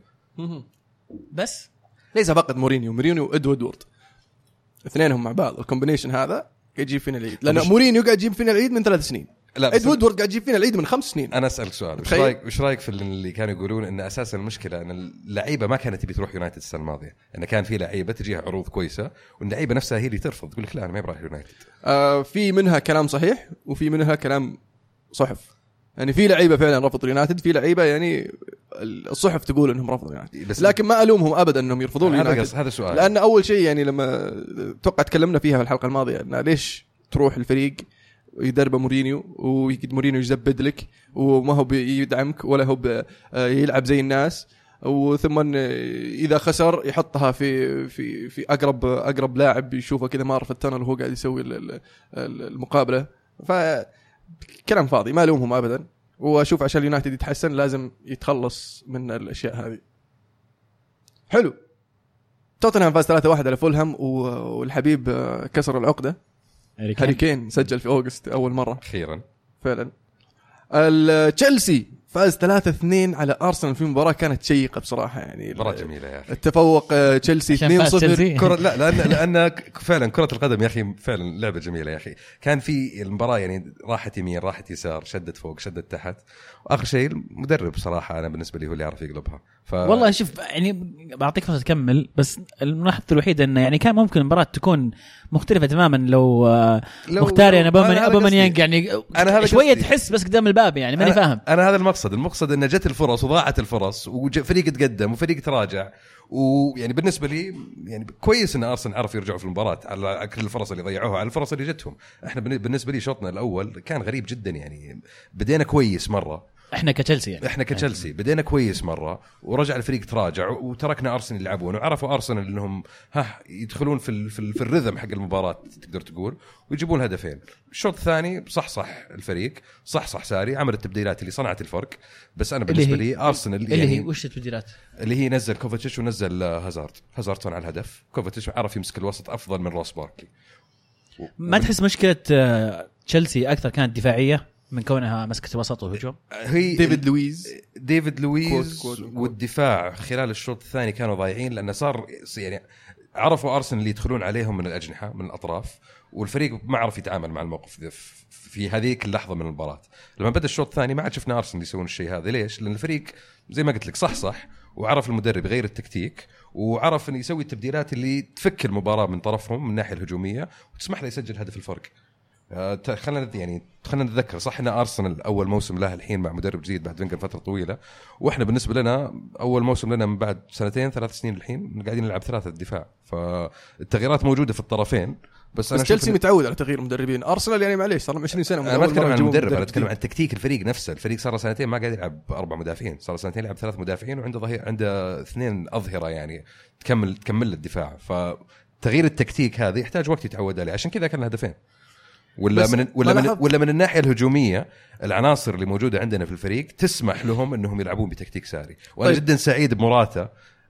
بس ليس فقط مورينيو وإدوارد، اثنينهم مع بعض، الكومبينيشن هذا قاعد يجيب فينا العيد، لأن مورينيو قاعد يجيب فينا العيد من 3 سنين، إدوارد قاعد يجيب فينا العيد من 5 سنين. أنا أسألك سؤال، وش رأيك في اللي كانوا يقولون أن أساس المشكلة أن اللعيبة ما كانت تبي تروح يونايتد السنة الماضية، أن كان في لعيبة تجيها عروض كويسة واللعيبة نفسها هي اللي ترفض، تقول لك لا أنا ما بروح يونايتد. في منها كلام صحيح وفي منها كلام صحف. يعني في لعيبه فعلا رفضوا اليونايتد، في لعيبه يعني الصحف تقول انهم رفضوا اليونايتد، لكن ما الومهم ابدا انهم يرفضون اليونايتد. هذا سؤال، لان اول شيء يعني لما توقع تكلمنا فيها في الحلقه الماضيه ان ليش تروح الفريق يدرب مورينيو ويجد مورينيو يزبد لك وما هو بيدعمك ولا هو يلعب زي الناس، وثم اذا خسر يحطها في اقرب لاعب يشوفه كذا مار في التنل وهو قاعد يسوي المقابله. فكلام فاضي، ما لومهم ابدا. واشوف عشان اليونايتد يتحسن لازم يتخلص من الاشياء هذه. حلو. توتنهام فاز 3-1 على فولهام، والحبيب كسر العقده. هاري كين سجل في اوغست اول مره اخيرا فعلا. تشيلسي فاز 3-2 على أرسنال في مباراة كانت شيقة بصراحة، يعني مباراة جميلة يا أخي. التفوق تشيلسي 2-0 كرة، لا لأن فعلا كرة القدم يا أخي فعلا لعبة جميلة يا أخي. كان في المباراة يعني راحت يمين راحت يسار، شدت فوق شدت تحت، وآخر شيء المدرب صراحة أنا بالنسبة لي هو اللي يعرف يقلبها. والله شوف يعني بعطيك فرصة تكمل، بس الملاحظة الوحيدة إنه يعني كان ممكن المباراة تكون مختلفة تماما لو مختار يعني أباميانج يعني أنا شوية تحس بس قدام الباب، يعني ماني فاهم. أنا هذا المقصد إن جت الفرص وضاعت الفرص وفريق تقدم وفريق تراجع، ويعني بالنسبة لي يعني كويس إن أرسنال عرف يرجعوا في المباراة على كل الفرص اللي ضيعوها على الفرص اللي جتهم. إحنا بالنسبة لي شوطنا الأول كان غريب جدا، يعني بدينا كويس مرة احنا كتشيلسي بدينا كويس مرة ورجع الفريق تراجع وتركنا أرسنال يلعبون، وعرفوا أرسنال إنهم يدخلون في الرذم حق المباراة تقدر تقول، ويجيبون هدفين. الشوط الثاني صح الفريق صح ساري عمل التبديلات اللي صنعت الفرق. بس أنا بالنسبة لي أرسنال اللي هي وش التبديلات اللي هي نزل كوفاتيتش ونزل هازارد صنع الهدف. كوفاتيتش عرف يمسك الوسط أفضل من روس باركلي. ما تحس مشكلة تشيلسي أكثر كانت دفاعية من كونها مسكت وسط وهجوم؟ هي ديفيد لويز كوت. والدفاع خلال الشوط الثاني كانوا ضايعين، لأن صار يعني عرفوا أرسنال اللي يدخلون عليهم من الأجنحة من الأطراف، والفريق ما عرف يتعامل مع الموقف في هذيك اللحظة من المباراة. لما بدأ الشوط الثاني ما عاد شفنا أرسنال يسوون الشيء هذا. ليش؟ لأن الفريق زي ما قلت لك صح وعرف المدرب غير التكتيك، وعرف أن يسوي التبديلات اللي تفك المباراة من طرفهم من الناحية الهجومية وتسمح له يسجل هدف الفرق. خلينا نتذكر صح ان ارسنال اول موسم له الحين مع مدرب جديد بعد فينجر فتره طويله، واحنا بالنسبه لنا اول موسم لنا من بعد 2-3 سنين الحين قاعدين نلعب 3 دفاع. فالتغييرات موجوده في الطرفين. بس تشيلسي متعود على تغيير مدربين. ارسنال يعني معليش صار 20 سنه. انا ما اتكلم عن المدرب، انا اتكلم عن التكتيك الفريق نفسه. الفريق صار 2 ما قاعد يلعب 4 مدافعين، صار 2 يلعب 3 مدافعين وعنده عنده 2 اظهره يعني تكمل الدفاع. فتغيير التكتيك هذا يحتاج وقت يتعود عليه، عشان كذا كان هدفين. ولا من الناحيه الهجوميه العناصر اللي موجوده عندنا في الفريق تسمح لهم انهم يلعبون بتكتيك ساري. وانا جدا سعيد بمراتا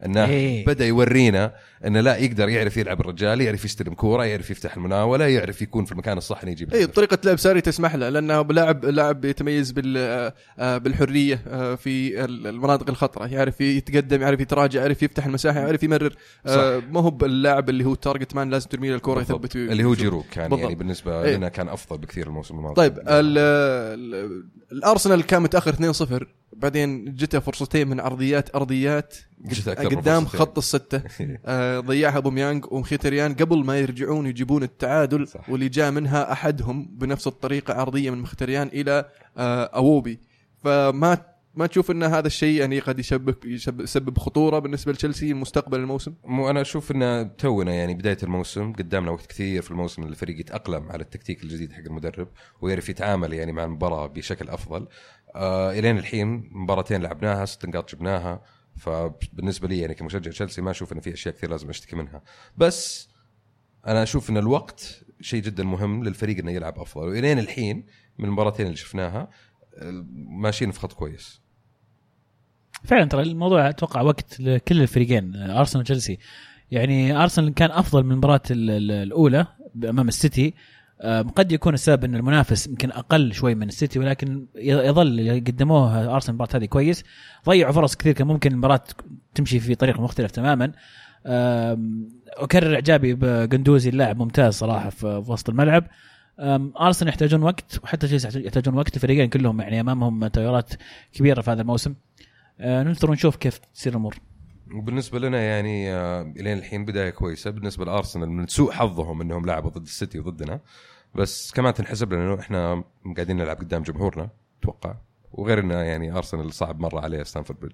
انه بدا يورينا انه لا يقدر يعرف يلعب الرجال، يعرف يستلم كوره، يعرف يفتح المناوله، يعرف يكون في المكان الصح يجيب. طريقه لعب ساري تسمح له، لانه لاعب يتميز بالحريه في المناطق الخطره، يعرف يتقدم، يعرف يتراجع، يعرف يفتح المساحه، يعرف يمرر. ما هو اللاعب اللي هو تارجت مان لازم ترمي له الكره يثبت اللي هو جيرو كان يعني بالنسبه لنا كان افضل بكثير الموسم الماضي. طيب الارسنال كان متاخر 2-0، بعدين جته فرصتين من ارضيات قدام خط الستة. ضيعها بوميانغ ومخيتريان قبل ما يرجعون يجيبون التعادل. صح. واللي جاء منها أحدهم بنفس الطريقة عرضية من مخيتريان إلى أووبي. فما تشوف أن هذا الشيء يعني قد يسبب خطورة بالنسبة لتشيلسي مستقبل الموسم؟ أنا أشوف أن تونا يعني بداية الموسم قدامنا وقت كثير في الموسم اللي الفريق يتأقلم على التكتيك الجديد حق المدرب ويعرف يتعامل يعني مع المباراة بشكل أفضل. إلين الحين مباراتين لعبناها 6 نقاط جبناها. فبالنسبة لي يعني كمشجع تشيلسي ما أشوف أن في أشياء كثير لازم أشتكي منها، بس أنا أشوف أن الوقت شيء جدا مهم للفريق أنه يلعب أفضل. وإلين الحين من المباراتين اللي شفناها ماشيين في خط كويس فعلا. ترى الموضوع أتوقع وقت لكل الفريقين أرسنال وتشيلسي. يعني أرسنال كان أفضل من المباراة الأولى أمام السيتي. قد يكون السبب أن المنافس يمكن أقل شوي من السيتي، ولكن يظل يقدموه أرسنال المباراة هذه كويس. ضيعوا فرص كثير، كان ممكن المباراة تمشي في طريق مختلف تماما. أكرر إعجابي بقندوزي، اللاعب ممتاز صراحة في وسط الملعب. أرسنال يحتاجون وقت، وحتى تشيلسي يحتاجون وقت. الفريقين كلهم يعني أمامهم تغيرات كبيرة في هذا الموسم. ننتظر ونشوف كيف تصير الأمور. وبالنسبة لنا يعني إلين الحين بداية كويسة. بالنسبة لأرسنال من سوء حظهم أنهم لعبوا ضد السيتي وضدنا، بس كمان تنحسب لنا إنه إحنا قاعدين نلعب قدام جمهورنا توقع، وغيرنا يعني أرسنال صعب مرة عليه ستانفورد بريدج.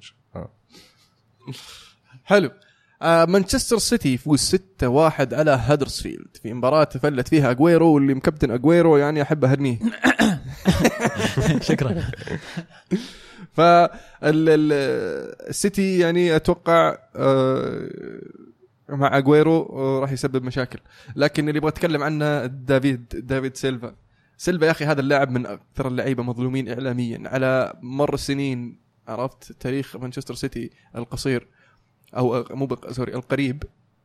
حلو. مانشستر سيتي يفوز 6-1 على هدرسفيلد في مباراة فلت فيها أغويرو، واللي مكابتن أغويرو يعني أحب أهنيه. شكرا. فالسيتي يعني أتوقع مع أغويرو راح يسبب مشاكل، لكن اللي أبغى أتكلم عنه دافيد سيلفا يا أخي، هذا اللاعب من أكثر اللعيبة مظلومين إعلاميا على مر السنين. عرفت تاريخ مانشستر سيتي القصير أو القريب،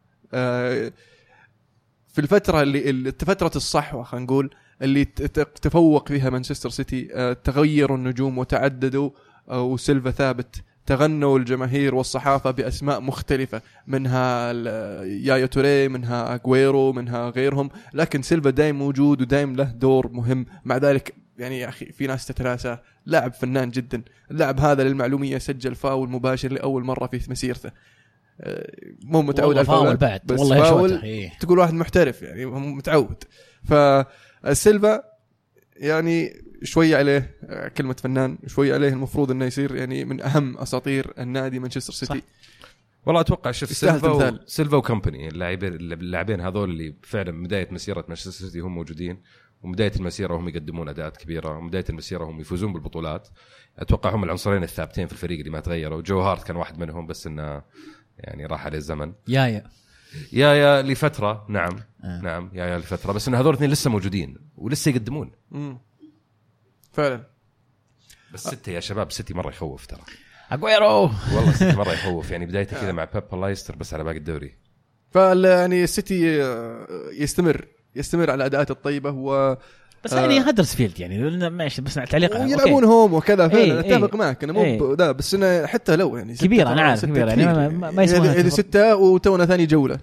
في الفترة اللي فترة الصحوة خلينا نقول اللي تفوق فيها مانشستر سيتي، تغيروا النجوم وتعددوا، وسيلفا ثابت. تغنوا الجماهير والصحافة بأسماء مختلفة، منها يايا توري، منها أغويرو، منها غيرهم، لكن سيلفا دايم موجود ودايم له دور مهم. مع ذلك يعني يا أخي في ناس تتناسى، لاعب فنان جدا. اللاعب هذا للمعلومية سجل فاول مباشر لأول مرة في مسيرته. مو متعود على الفاول بعد، بس والله فاول تقول واحد محترف يعني متعود. فالسيلفا يعني شوية عليه كلمة فنان، شوية عليه المفروض انه يصير يعني من اهم اساطير النادي مانشستر سيتي. صح. والله اتوقع شوف سيلفا وكمباني اللاعبين هذول اللي فعلا بداية مسيرة مانشستر سيتي هم موجودين، وبداية المسيرة هم يقدمون أداءات كبيرة، وبداية المسيرة هم يفوزون بالبطولات. أتوقع هم العنصرين الثابتين في الفريق اللي ما تغيروا. جو هارت كان واحد منهم، بس إنه يعني راح عليه الزمن. يا لفترة نعم يا لفترة، بس إن هذول الاثنين لسه موجودين ولسه يقدمون. فعلا. بس ستة يا شباب، ستي مرة يخوف ترى. أغويرو والله ستي مرة يخوف، يعني بدايته كذا مع بيب الله يستر بس على باقي الدوري. يعني السيتي يستمر على أداءاته الطيبة بس يعني هدرسفيلد يعني ماشي، بس تعليق يلعبون هوم وكذا. فعلا اتفق معك انا مو ده، بس انا حتى لو يعني كبير انا عارف كبير يعني ما يسمونها هذه 6 وتونا ثاني جولة.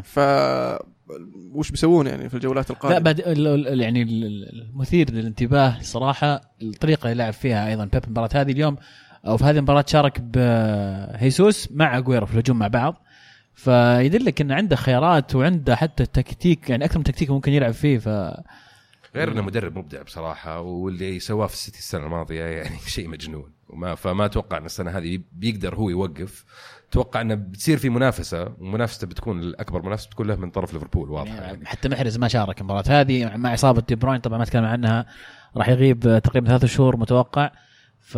وش بيسوون يعني في الجولات القادمة؟ لا يعني المثير للانتباه صراحة الطريقة اللي لعب فيها أيضا بيب مباراة هذه اليوم، أو في هذه المباراة شارك بهيسوس مع أغويرو في الهجوم مع بعض، فيدلك إن عنده خيارات وعنده حتى تكتيك، يعني أكثر من تكتيك ممكن يلعب فيه. غير انه مدرب مبدع بصراحه، واللي سواه في السيتي السنه الماضيه يعني شيء مجنون. فما اتوقع ان السنه هذه بيقدر هو يوقف. اتوقع انه بتصير في منافسه، ومنافسته بتكون الاكبر منافسه بتكون له من طرف ليفربول واضحه يعني. حتى محرز ما شارك المباراه هذه مع اصابه دي بروين، طبعا ما تكلم عنها، راح يغيب تقريبا 3 شهور متوقع. ف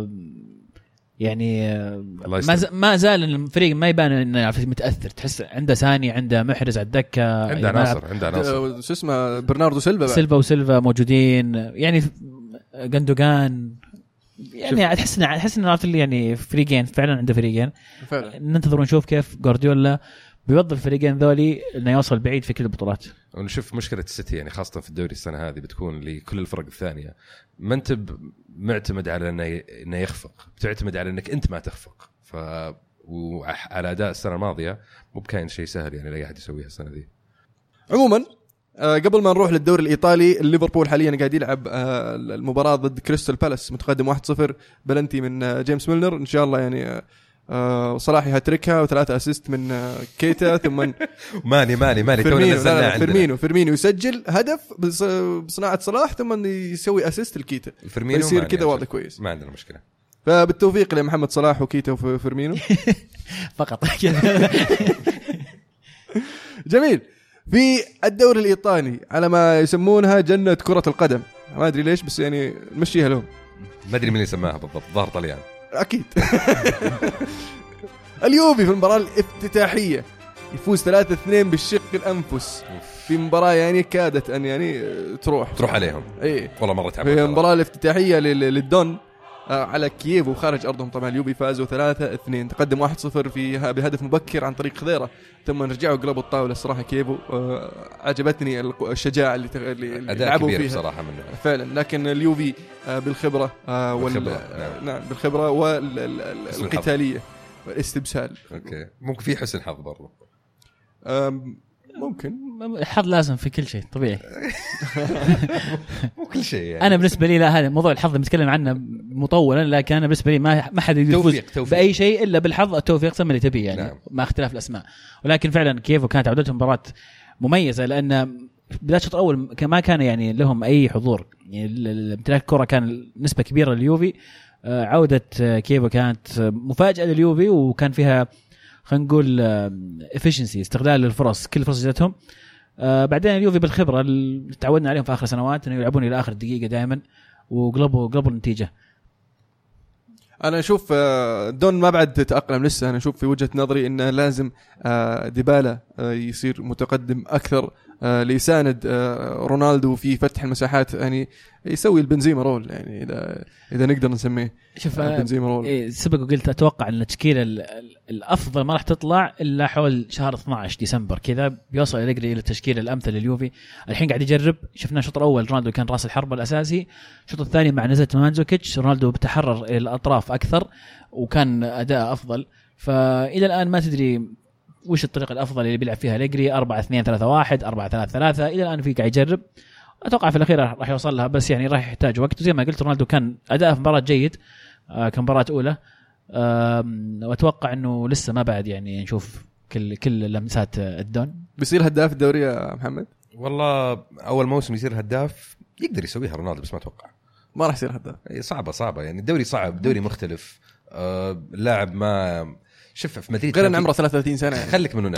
يعني ما زال الفريق ما يبان انه متاثر، تحس عنده ثاني، عنده محرز على الدكه، عنده عناصر شو اسمه برناردو سيلفا وسيلفا موجودين، يعني غندوغان يعني احس ان عرفت اللي يعني فريقين فعلا عنده فريقين فعلا. ننتظر ونشوف كيف جوارديولا بيوظف الفريقين ذولي انه يوصل بعيد في كل البطولات. ونشوف مشكله السيتي يعني خاصه في الدوري السنه هذه بتكون لكل الفرق الثانيه، ما انت معتمد على انه يخفق، بتعتمد على انك انت ما تخفق. وعلى اداء السنه الماضيه مو بكاين شيء سهل يعني لاي احد يسويها السنه دي. عموما قبل ما نروح للدوري الإيطالي، الليفربول حاليا قاعد يلعب المباراة ضد كريستال بالاس، متقدم 1-0 بلنتي من جيمس ميلنر. إن شاء الله يعني صلاح هاتريكها و3 أسيست من كيتا ثم ماني فيرمينو يسجل هدف بصناعة صلاح ثم يسوي أسيست الكيتا، يصير كذا وضع كويس. ما عندنا مشكلة. فبالتوفيق لمحمد صلاح وكيتا وفيرمينو فقط. جميل. في الدوري الإيطالي على ما يسمونها جنة كرة القدم، ما أدري ليش بس يعني نمشيها لهم، ما أدري من اللي سماها بالضبط، ظهر طليان أكيد. اليوفي في المباراة الافتتاحية يفوز 3-2 بالشق الأنفس في مباراة يعني كادت أن يعني تروح عليهم. إيه والله مرة تعبت. في المباراة الافتتاحية للدون على كييف وخارج أرضهم. طبعا اليوفي فازوا 3-2، تقدم 1-0 بهدف مبكر عن طريق خضيرة، ثم رجعوا قلبوا الطاولة. الصراحة كييفو عجبتني الشجاعة اللي لعبوا فيها بصراحة منه فعلا. لكن اليوفي بالخبرة نعم بالخبرة والقتالية والاستبسال. أوكي. ممكن في حسن حظ برضو، ممكن الحظ لازم في كل شيء طبيعي. مو كل شيء يعني. انا بالنسبه لي لا، هذا موضوع الحظ بنتكلم عنه مطولا، لكن انا بالنسبه لي ما حد يفوز باي شيء الا بالحظ. التوفيق سمي اللي تبيه يعني. نعم. مع اختلاف الاسماء. ولكن فعلا كيفو كانت عودتهم مباراه مميزه، لان بدايه الشوط الاول ما كان يعني لهم اي حضور، يعني امتلاك الكره كان نسبه كبيره لليوفي. عوده كيفو كانت مفاجاه لليوفي، وكان فيها خلينا نقول efficiency، استغلال للفرص، كل فرصة جاتهم. بعدين اليوفي بالخبرة اللي تعودنا عليهم في آخر سنوات إنه يلعبون إلى آخر دقيقة دائما، وقلبوا النتيجة. أنا أشوف دون ما بعد تتأقلم لسه. أنا أشوف في وجهة نظري إنه لازم ديبالا يصير متقدم أكثر ليساند رونالدو في فتح المساحات، يعني يسوي البنزيما رول، يعني إذا نقدر نسميه بنزيما رول. سبق وقلت أتوقع أن التشكيلة الأفضل ما راح تطلع إلا حول شهر 12 ديسمبر كذا، بيوصل إلى التشكيلة الأمثل لليوفي. الحين قاعد يجرب. شفنا الشوط الأول رونالدو كان رأس الحربة الأساسي، الشوط الثاني مع نزلة مانزوكيتش رونالدو بتحرر إلى الأطراف أكثر وكان أداء أفضل. فإلى الآن ما تدري وش الطريقة الأفضل اللي بيلعب فيها أليجري، 4-2-3-1 4-3-3. إلى الآن في قاعد يجرب. أتوقع في الأخير راح يوصل لها، بس يعني راح يحتاج وقت. وزي ما قلت رونالدو كان أداء في مباراة جيد كمباراة أولى، وأتوقع أنه لسه ما بعد يعني نشوف كل لمسات الدون. بيصير هداف الدوري يا محمد؟ والله أول موسم يصير هداف يقدر يسويها رونالدو، بس ما أتوقع ما راح يصير هداف. صعبة يعني الدوري صعب، دوري مختلف. اللاعب ما شوف في مدريد غير ان عمره 33 سنه يعني. خليك منه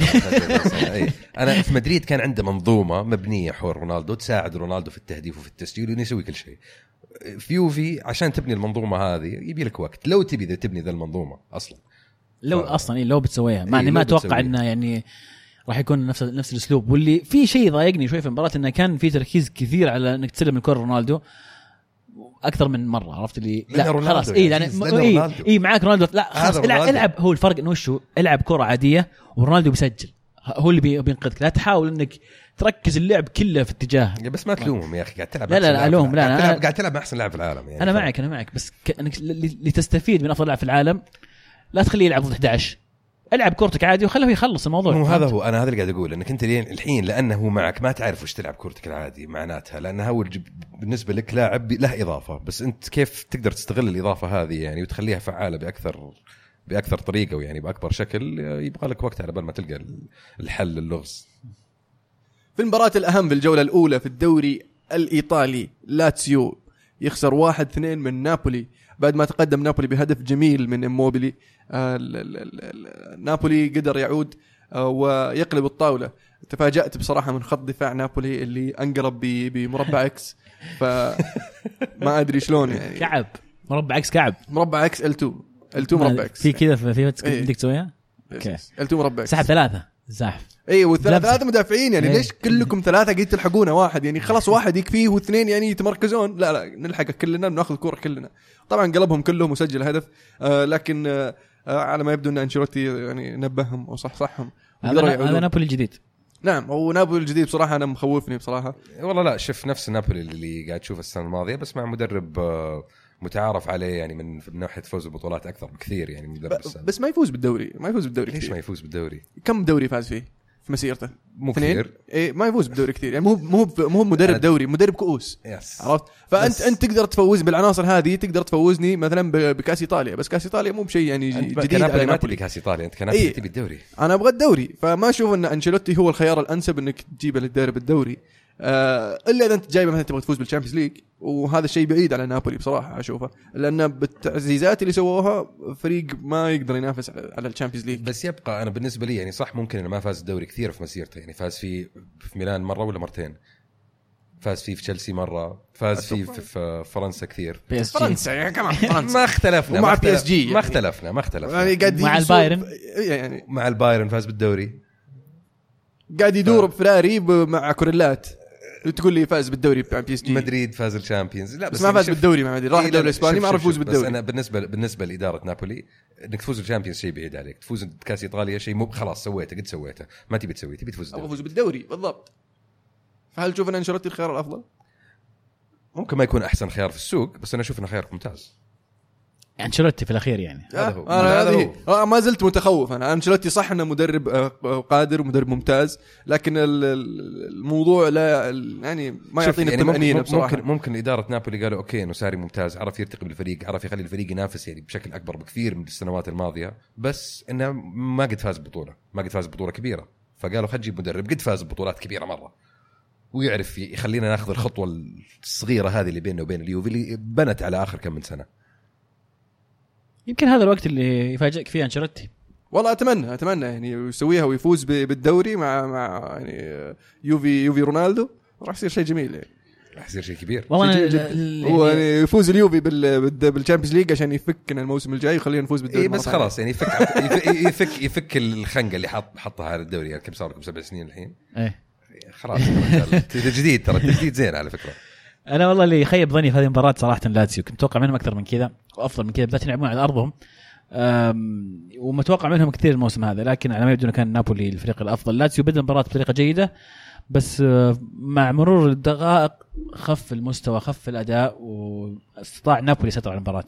انا في مدريد كان عنده منظومه مبنيه حول رونالدو تساعد رونالدو في التهديف وفي التسجيل ويسوي كل شيء. في يوفي عشان تبني المنظومه هذه يبي لك وقت، لو تبني ذا المنظومه اصلا لو بتسويها ما اتوقع انه يعني راح يكون نفس الاسلوب. واللي في شيء ضايقني شوي في المباراه انه كان في تركيز كثير على انك تسلم الكره رونالدو اكثر من مره، عرفت اللي لا خلاص يعني معاك رونالدو، لا خلاص العب. هو الفرق انه شو العب كره عاديه ورونالدو بيسجل، هو اللي بينقذك. لا تحاول انك تركز اللعب كله في اتجاه. بس ما تلومهم يا اخي، قاعد تلعب لا الوم لا قاعد تلعب مع احسن لاعب في العالم يعني. انا معك بس انك لتستفيد من افضل لاعب في العالم لا تخليه يلعب ضد 11. العب كورتك عادي وخليه يخلص الموضوع. هذا هو انا هذا اللي قاعد اقول، انك انت الحين لانه هو معك ما تعرف وش تلعب كورتك العادي معناتها، لانه هو بالنسبه لك لاعب له اضافه، بس انت كيف تقدر تستغل الاضافه هذه يعني وتخليها فعاله باكثر طريقه ويعني باكبر شكل. يبغى لك وقت على بال ما تلقى الحل اللغز. في المباراه الاهم في الجوله الاولى في الدوري الايطالي، لاتسيو يخسر 1-2 من نابولي بعد ما تقدم نابولي بهدف جميل من إموبيلي. نابولي قدر يعود ويقلب الطاولة. تفاجأت بصراحة من خط دفاع نابولي اللي انقرب بمربع اكس، فما ادري شلون يعني. كعب مربع اكس، كعب مربع اكس L2 مربع اكس في كذا في بدك تسويها. L2 مربع سحب 3 زحف. اي والثلاثه مدافعين يعني ليش كلكم ثلاثه قاعدين تلحقونا واحد يعني خلاص واحد يكفيه واثنين يعني يتمركزون لا نلحق كلنا بناخذ كوره كلنا. طبعا قلبهم كلهم وسجل هدف لكن على ما يبدو ان انشيلوتي يعني نبههم وصحصحهم. هذا نابولي الجديد. نعم هو نابولي الجديد بصراحه انا مخوفني بصراحه والله. لا شوف نفس نابولي اللي قاعد تشوف السنه الماضيه بس مع مدرب متعارف عليه يعني من ناحيه فوز البطولات اكثر بكثير يعني من مدرب السنة. بس ما يفوز بالدوري ليش ما يفوز بالدوري؟ كم دوري فاز فيه في مسيرته؟ مو كثير. ايه ما يفوز بالدوري كثير يعني مو مدرب دوري مدرب كؤوس. عرفت فانت تقدر تفوز بالعناصر هذه تقدر تفوزني مثلا بكاس ايطاليا بس كاس ايطاليا مو بشيء يعني جديد على نابولي. كاس ايطاليا انت كنت تبي الدوري. انا ابغى الدوري فما اشوف ان انشيلوتي هو الخيار الانسب انك تجيبه للدرب الدوري الا اذا انت جايبه مثلا تبغى تفوز بالشامبيونز ليج وهذا الشيء بعيد على نابولي بصراحه اشوفه لان بالتعزيزات اللي سووها فريق ما يقدر ينافس على الشامبيونز ليج. بس يبقى انا بالنسبه لي يعني صح ممكن انه ما فاز الدوري كثير في مسيرته يعني فاز فيه في ميلان مره ولا مرتين فاز فيه في تشيلسي مره فاز فيه في فرنسا كثير فرنسا يعني كمان فرنسا ما اختلفنا ومع بي اس جي ما اختلفنا يعني قاعد مع البايرن يعني مع البايرن فاز بالدوري قاعد يدور بفراري مع كوريلات تقول لي فاز بالدوري بتاع بي اس جي. مدريد فاز الشامبيونز لا بس ما فاز بالدوري مع مدريد راح الدوري الاسباني ما عرف يفوز بالدوري. بس انا بالنسبه لاداره نابولي انك تفوز بالشامبيونز شيء بعيد عليك تفوز بكاس ايطاليا شيء مو خلاص سويته قد سويته ما تبي تسوي تبي تفوز بالدوري. افوز بالدوري بالضبط. فهل تشوف ان انشيلوتي الخيار الافضل؟ ممكن ما يكون احسن خيار في السوق بس انا اشوف انه خيار ممتاز. انشيلوتي في الاخير يعني هذا هو ما زلت متخوف انا. انشيلوتي صح انه مدرب قادر ومدرب ممتاز لكن الموضوع لا يعني ما يعطيني الطمأنينة بصراحه. ممكن اداره نابولي قالوا اوكي انه ساري ممتاز عرف يرتقي بالفريق عرف يخلي الفريق ينافس يعني بشكل اكبر بكثير من السنوات الماضيه بس انه ما قد فاز بطوله كبيره فقالوا خلينا نجيب مدرب قد فاز ببطولات كبيره مره ويعرف يخلينا ناخذ الخطوه الصغيره هذه اللي بيننا وبين اليوفي اللي بنت على اخر كم من سنه. يمكن هذا الوقت اللي يفاجئك فيه انشيلوتي. والله اتمنى يعني يسويها ويفوز بالدوري مع يعني يوفي رونالدو راح يصير شيء جميل يعني. راح يصير شيء كبير والله هو يعني يفوز اليوفي بالشامبيونز ليج عشان يفكنا الموسم الجاي ويخلينا نفوز بالدوري. بس خلاص يعني يفك الخنقه اللي حطها على الدوري يعني كم صار لكم 7 سنين الحين خلاص جديد ترى التجديد زين على فكره. انا والله اللي يخيب ظني في هذه المباراه صراحه لاتسيو كنت متوقع منهم اكثر من كذا وافضل من كذا بالذات يلعبون على ارضهم ومتوقع منهم كثير الموسم هذا لكن على ما يبدو كان نابولي الفريق الافضل. لاتسيو بدا المباراه بطريقه جيده بس مع مرور الدقائق خف المستوى خف الاداء واستطاع نابولي يسيطر على المباراه.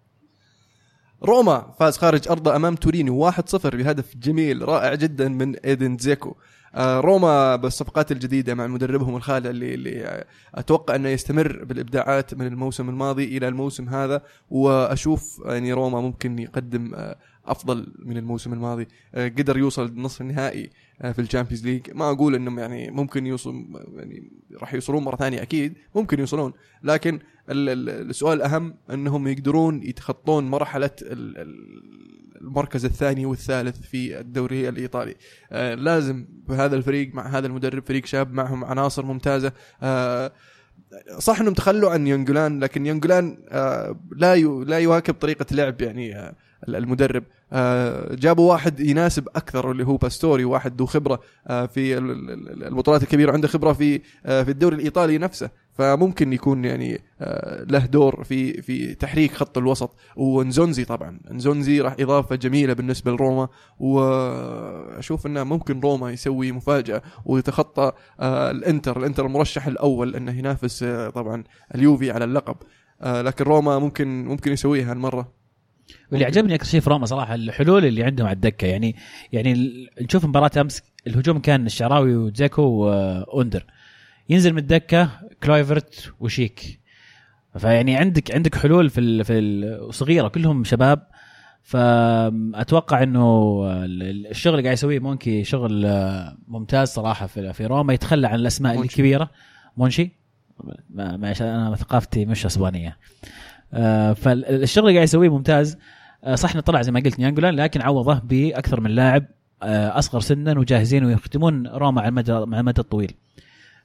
روما فاز خارج ارضه امام تورينو 1-0 بهدف جميل رائع جدا من ايدن زيكو. روما بالصفقات الجديدة مع مدربهم الخالع اللي أتوقع أنه يستمر بالإبداعات من الموسم الماضي إلى الموسم هذا وأشوف يعني روما ممكن يقدم أفضل من الموسم الماضي. قدر يوصل نصف النهائي في الشامبيونز ليج. ما أقول أنهم يعني ممكن يوصل يعني راح يوصلون مرة ثانية أكيد ممكن يوصلون لكن السؤال الأهم أنهم يقدرون يتخطون مرحلة المركز الثاني والثالث في الدوري الإيطالي. لازم بهذا الفريق مع هذا المدرب فريق شاب معهم عناصر ممتازة. صح انهم تخلوا عن يانجولان لكن يانجولان لا يواكب طريقة لعب يعني المدرب. جابوا واحد يناسب اكثر اللي هو باستوري واحد ذو خبرة في البطولات الكبيرة عنده خبرة في الدوري الإيطالي نفسه فممكن يكون يعني له دور في تحريك خط الوسط. ونزونزي طبعا نزونزي راح إضافة جميلة بالنسبة لروما وأشوف أنه ممكن روما يسوي مفاجأة ويتخطى الانتر المرشح الأول أنه ينافس طبعا اليوفي على اللقب لكن روما ممكن يسويها المرة. واللي عجبني أكثر شيء في روما صراحة الحلول اللي عندهم على الدكة يعني نشوف مباراة أمس الهجوم كان الشعراوي وزيكو وأندر ينزل من الدكة كلايفرت وشيك فيعني عندك حلول في صغيرة كلهم شباب فأتوقع إنه الشغل اللي قاعد يسويه مونكي شغل ممتاز صراحة في روما يتخلى عن الأسماء الكبيرة. مونشي ما أنا ثقافتي مش أسبانية فالشغل اللي قاعد يسويه ممتاز. صح نطلع زي ما قلت نيانجولان لكن عوضه بأكثر من لاعب أصغر سنا وجاهزين ويخدمون روما على المدى الطويل.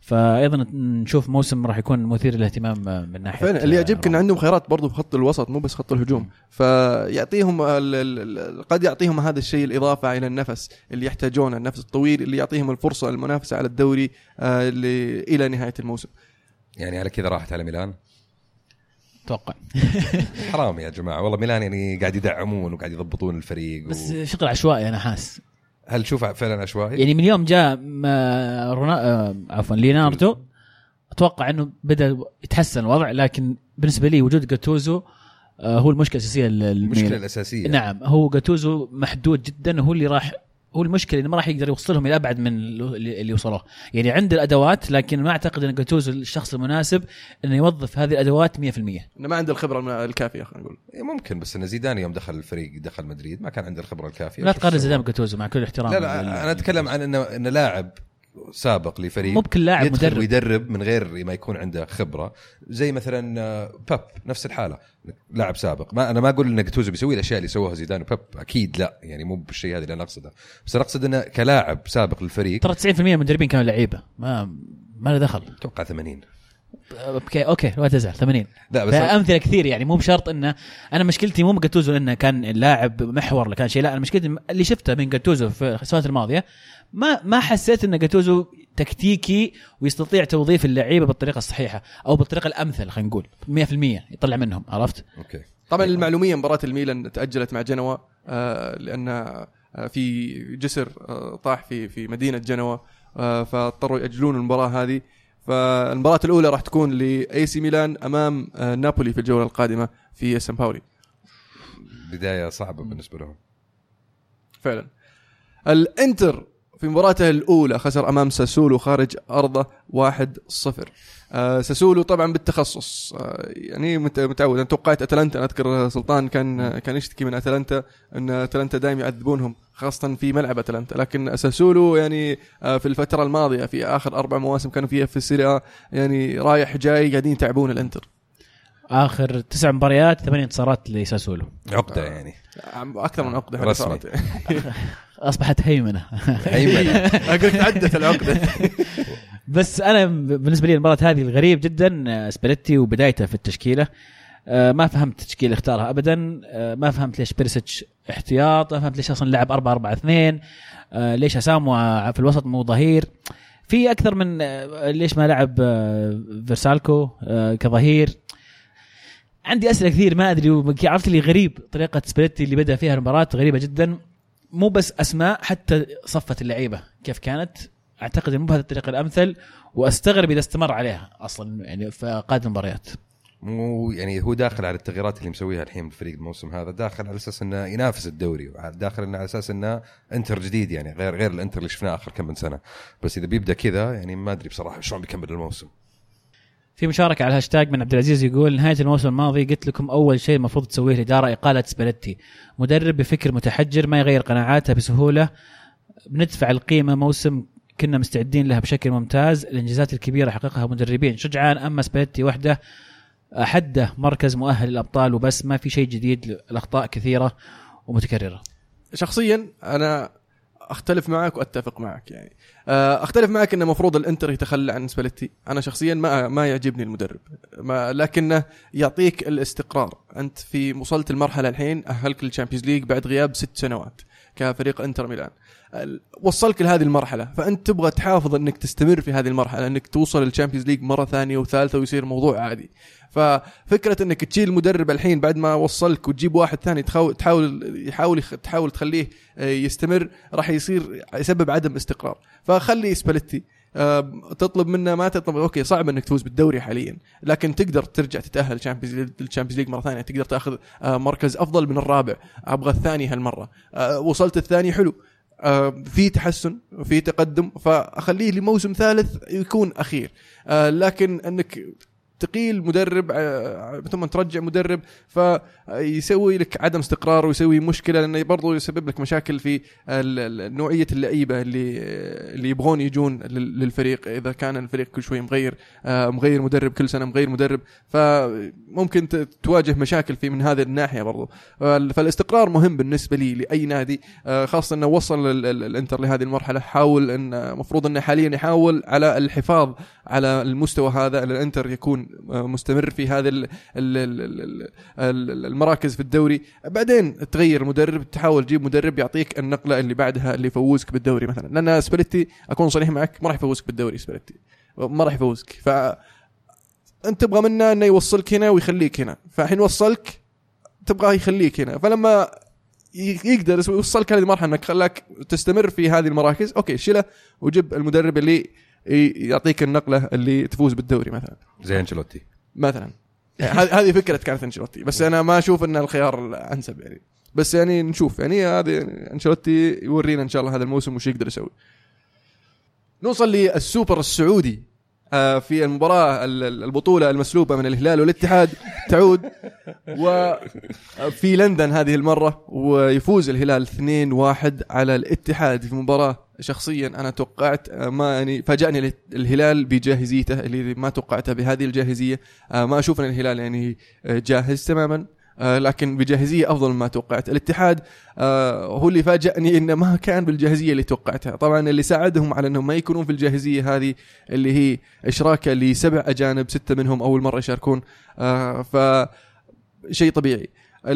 فايضا نشوف موسم راح يكون مثير للاهتمام من ناحيه فعلا. اللي يعجبك ان عندهم خيارات برضو في خط الوسط مو بس خط الهجوم، فيعطيهم قد يعطيهم هذا الشيء الاضافه الى النفس اللي يحتاجونه، النفس الطويل اللي يعطيهم الفرصه المنافسه على الدوري الى نهايه الموسم. يعني على كذا راحت على ميلان اتوقع. حرام يا جماعه والله، ميلان يعني قاعد يدعمون وقاعد يضبطون الفريق بس شغل عشوائي انا حاس. هل تشوف فعلا عشوائي؟ يعني من يوم جاء ليناردو اتوقع انه بدا يتحسن الوضع، لكن بالنسبه لي وجود جاتوزو هو المشكله الاساسيه. المشكله الاساسيه نعم، هو جاتوزو محدود جدا، هو اللي راح، هو المشكله انه ما راح يقدر يوصلهم الى ابعد من اللي وصلوه. يعني عنده الادوات، لكن ما اعتقد ان جاتوزو الشخص المناسب انه يوظف هذه الادوات 100%. انه ما عنده الخبره الكافيه خلينا نقول. ممكن، بس ان زيدان يوم دخل الفريق دخل مدريد ما كان عنده الخبره الكافيه. لا تقارن زيدان بجاتوزو مع كل احترام. لا انا اتكلم عن انه لاعب سابق لفريق، مو بكل لاعب مدرب ويدرب من غير ما يكون عنده خبره، زي مثلا بيب نفس الحاله، لاعب سابق. انا ما اقول ان جاتوزو بيسوي الاشياء اللي سووها زيدان وبيب، اكيد لا، يعني مو بالشيء هذا اللي انا اقصده، بس انا اقصد انه كلاعب سابق للفريق. ترى 90% من المدربين كانوا لعيبه، ما له دخل. اتوقع 80. اوكي لا تزعل 80. لا بس امثله كثير، يعني مو بشرط انه انا مشكلتي مو بجاتوزو انه كان لاعب محور ولا كان شيء، لا انا مشكلتي اللي شفته من جاتوزو في السنوات الماضيه ما حسيت ان جاتوزو تكتيكي ويستطيع توظيف اللعيبه بالطريقه الصحيحه او بالطريقه الامثل، خلينا نقول 100% يطلع منهم. عرفت؟ اوكي. طبعا المعلوميه مباراه الميلان تاجلت مع جنوا لان في جسر طاح في مدينه جنوا، فاضطروا ياجلون المباراه هذه. فالمباراه الاولى راح تكون لاي سي ميلان امام نابولي في الجوله القادمه في سان باولي. بدايه صعبه بالنسبه لهم فعلا. الانتر في مباراته الأولى خسر أمام ساسولو خارج أرضه 1-0. ساسولو طبعا بالتخصص يعني متعود. أنا توقعت أتلانتا، أنا أذكر سلطان كان يشتكي من أتلانتا أن أتلانتا دائما يعذبونهم خاصة في ملعب أتلانتا، لكن ساسولو يعني في الفترة الماضية في آخر 4 مواسم كانوا فيها في السيريا يعني رايح جاي قاعدين يتعبون الانتر. آخر 9 مباريات 8 انتصارات لساسولو. عقدة يعني أكثر من عقدة رسمي. أصبحت هيمنة. أقول تعدت العقدة. بس أنا بالنسبة لي المباراة هذه الغريب جدا سباليتي وبدايته في التشكيلة. ما فهمت التشكيلة اختارها أبدا. ما فهمت ليش بيرسيتش احتياط، ما فهمت ليش أصلا لعب 4-4-2، ليش أسامو في الوسط مو ظهير، في أكثر من ليش ما لعب فيرسالكو كظهير. عندي أسئلة كثير ما أدري. عرفت لي غريب طريقة سباليتي اللي بدأ فيها المباراة، غريبة جدا. مو بس أسماء، حتى صفة اللعيبة كيف كانت. أعتقد إنه بهذه الطريقة الأمثل، وأستغرب إذا استمر عليها أصلا يعني في قادم المباريات. مو يعني هو داخل على التغييرات اللي مسويها الحين بالفريق الموسم هذا، داخل على أساس إنه ينافس الدوري، داخل على أساس إنه انتر جديد، يعني غير الانتر اللي شفناه آخر كم من سنة. بس إذا بيبدأ كذا يعني ما أدري بصراحة شلون بيكمل الموسم. في مشاركة على الهاشتاج من عبد العزيز يقول: نهاية الموسم الماضي قلت لكم أول شيء المفروض تسويه الإدارة إقالة سباليتي، مدرب بفكر متحجر ما يغير قناعاته بسهولة، بندفع القيمة موسم كنا مستعدين لها بشكل ممتاز، الإنجازات الكبيرة حققها مدربين شجعان، أما سباليتي وحده أحده مركز مؤهل للأبطال وبس، ما في شيء جديد، الأخطاء كثيرة ومتكررة. شخصيا أنا أختلف معك وأتفق معك، يعني أختلف معك إن مفروض الإنتر يتخلى عن سباليتي. أنا شخصيا ما يعجبني المدرب، لكنه يعطيك الاستقرار. أنت في وصلت المرحلة الحين، أهلك للشامبيونز ليج بعد غياب 6 سنوات كفريق إنتر ميلان، وصلك لهذه المرحلة، فأنت تبغى تحافظ أنك تستمر في هذه المرحلة، أنك توصل للشامبيونز ليج مرة ثانية وثالثة ويصير موضوع عادي. ففكرة أنك تشيل المدرب الحين بعد ما وصلك وتجيب واحد ثاني تحاول تخليه يستمر، راح يسبب عدم استقرار. فخلي سباليتي، تطلب منه ما تطلب. أوكي صعب أنك تفوز بالدوري حاليا، لكن تقدر ترجع تتأهل للشامبيونز ليج مرة ثانية، تقدر تأخذ مركز أفضل من الرابع. أبغى الثاني هالمرة، وصلت الثاني حلو، في تحسن وفي تقدم، فأخليه لموسم ثالث يكون أخير. لكن أنك تقيل مدرب ثم ترجع مدرب، فيسوي لك عدم استقرار ويسوي مشكلة، لأنه برضو يسبب لك مشاكل في نوعية اللعيبة اللي يبغون يجون للفريق. إذا كان الفريق كل شوي مغير مدرب كل سنة مغير مدرب، فممكن تواجه مشاكل في من هذه الناحية برضو. فالاستقرار مهم بالنسبة لي لأي نادي، خاصة أنه وصل الانتر لهذه المرحلة. حاول أن مفروض أنه حاليا يحاول على الحفاظ على المستوى هذا، الانتر يكون مستمر في هذه المراكز في الدوري. بعدين تغير المدرب، تحاول تجيب مدرب يعطيك النقلة اللي بعدها اللي يفوزك بالدوري مثلا. لأن سباليتي أكون صريح معك ما راح يفوزك بالدوري، سباليتي ما راح يفوزك، فأنت تبغى منه أنه يوصلك هنا ويخليك هنا، فحين وصلك تبغاه يخليك هنا، فلما يقدر يوصلك هذه المرحلة انك خلاك تستمر في هذه المراكز، اوكي شيله وجيب المدرب اللي يعطيك النقلة اللي تفوز بالدوري مثلا زي أنشيلوتي مثلا. هذه فكرة كانت أنشيلوتي، بس أنا ما أشوف أن الخيار الأنسب يعني. بس يعني نشوف يعني هذه أنشيلوتي يورينا إن شاء الله هذا الموسم وش يقدر يسوي. نوصل للسوبر السعودي. في المباراة البطولة المسلوبة من الهلال والاتحاد تعود وفي لندن هذه المرة، ويفوز الهلال 2-1 على الاتحاد في مباراة شخصيا أنا توقعت ما يعني فاجأني الهلال بجاهزيته اللي ما توقعتها بهذه الجاهزية. ما أشوف أن الهلال يعني جاهز تماما، لكن بجاهزية أفضل مما توقعت. الاتحاد هو اللي فاجأني إنه ما كان بالجاهزية اللي توقعتها. طبعا اللي ساعدهم على أنهم ما يكونون في الجاهزية هذه اللي هي إشراكة ل7 أجانب، 6 منهم أول مرة يشاركون، فشيء طبيعي.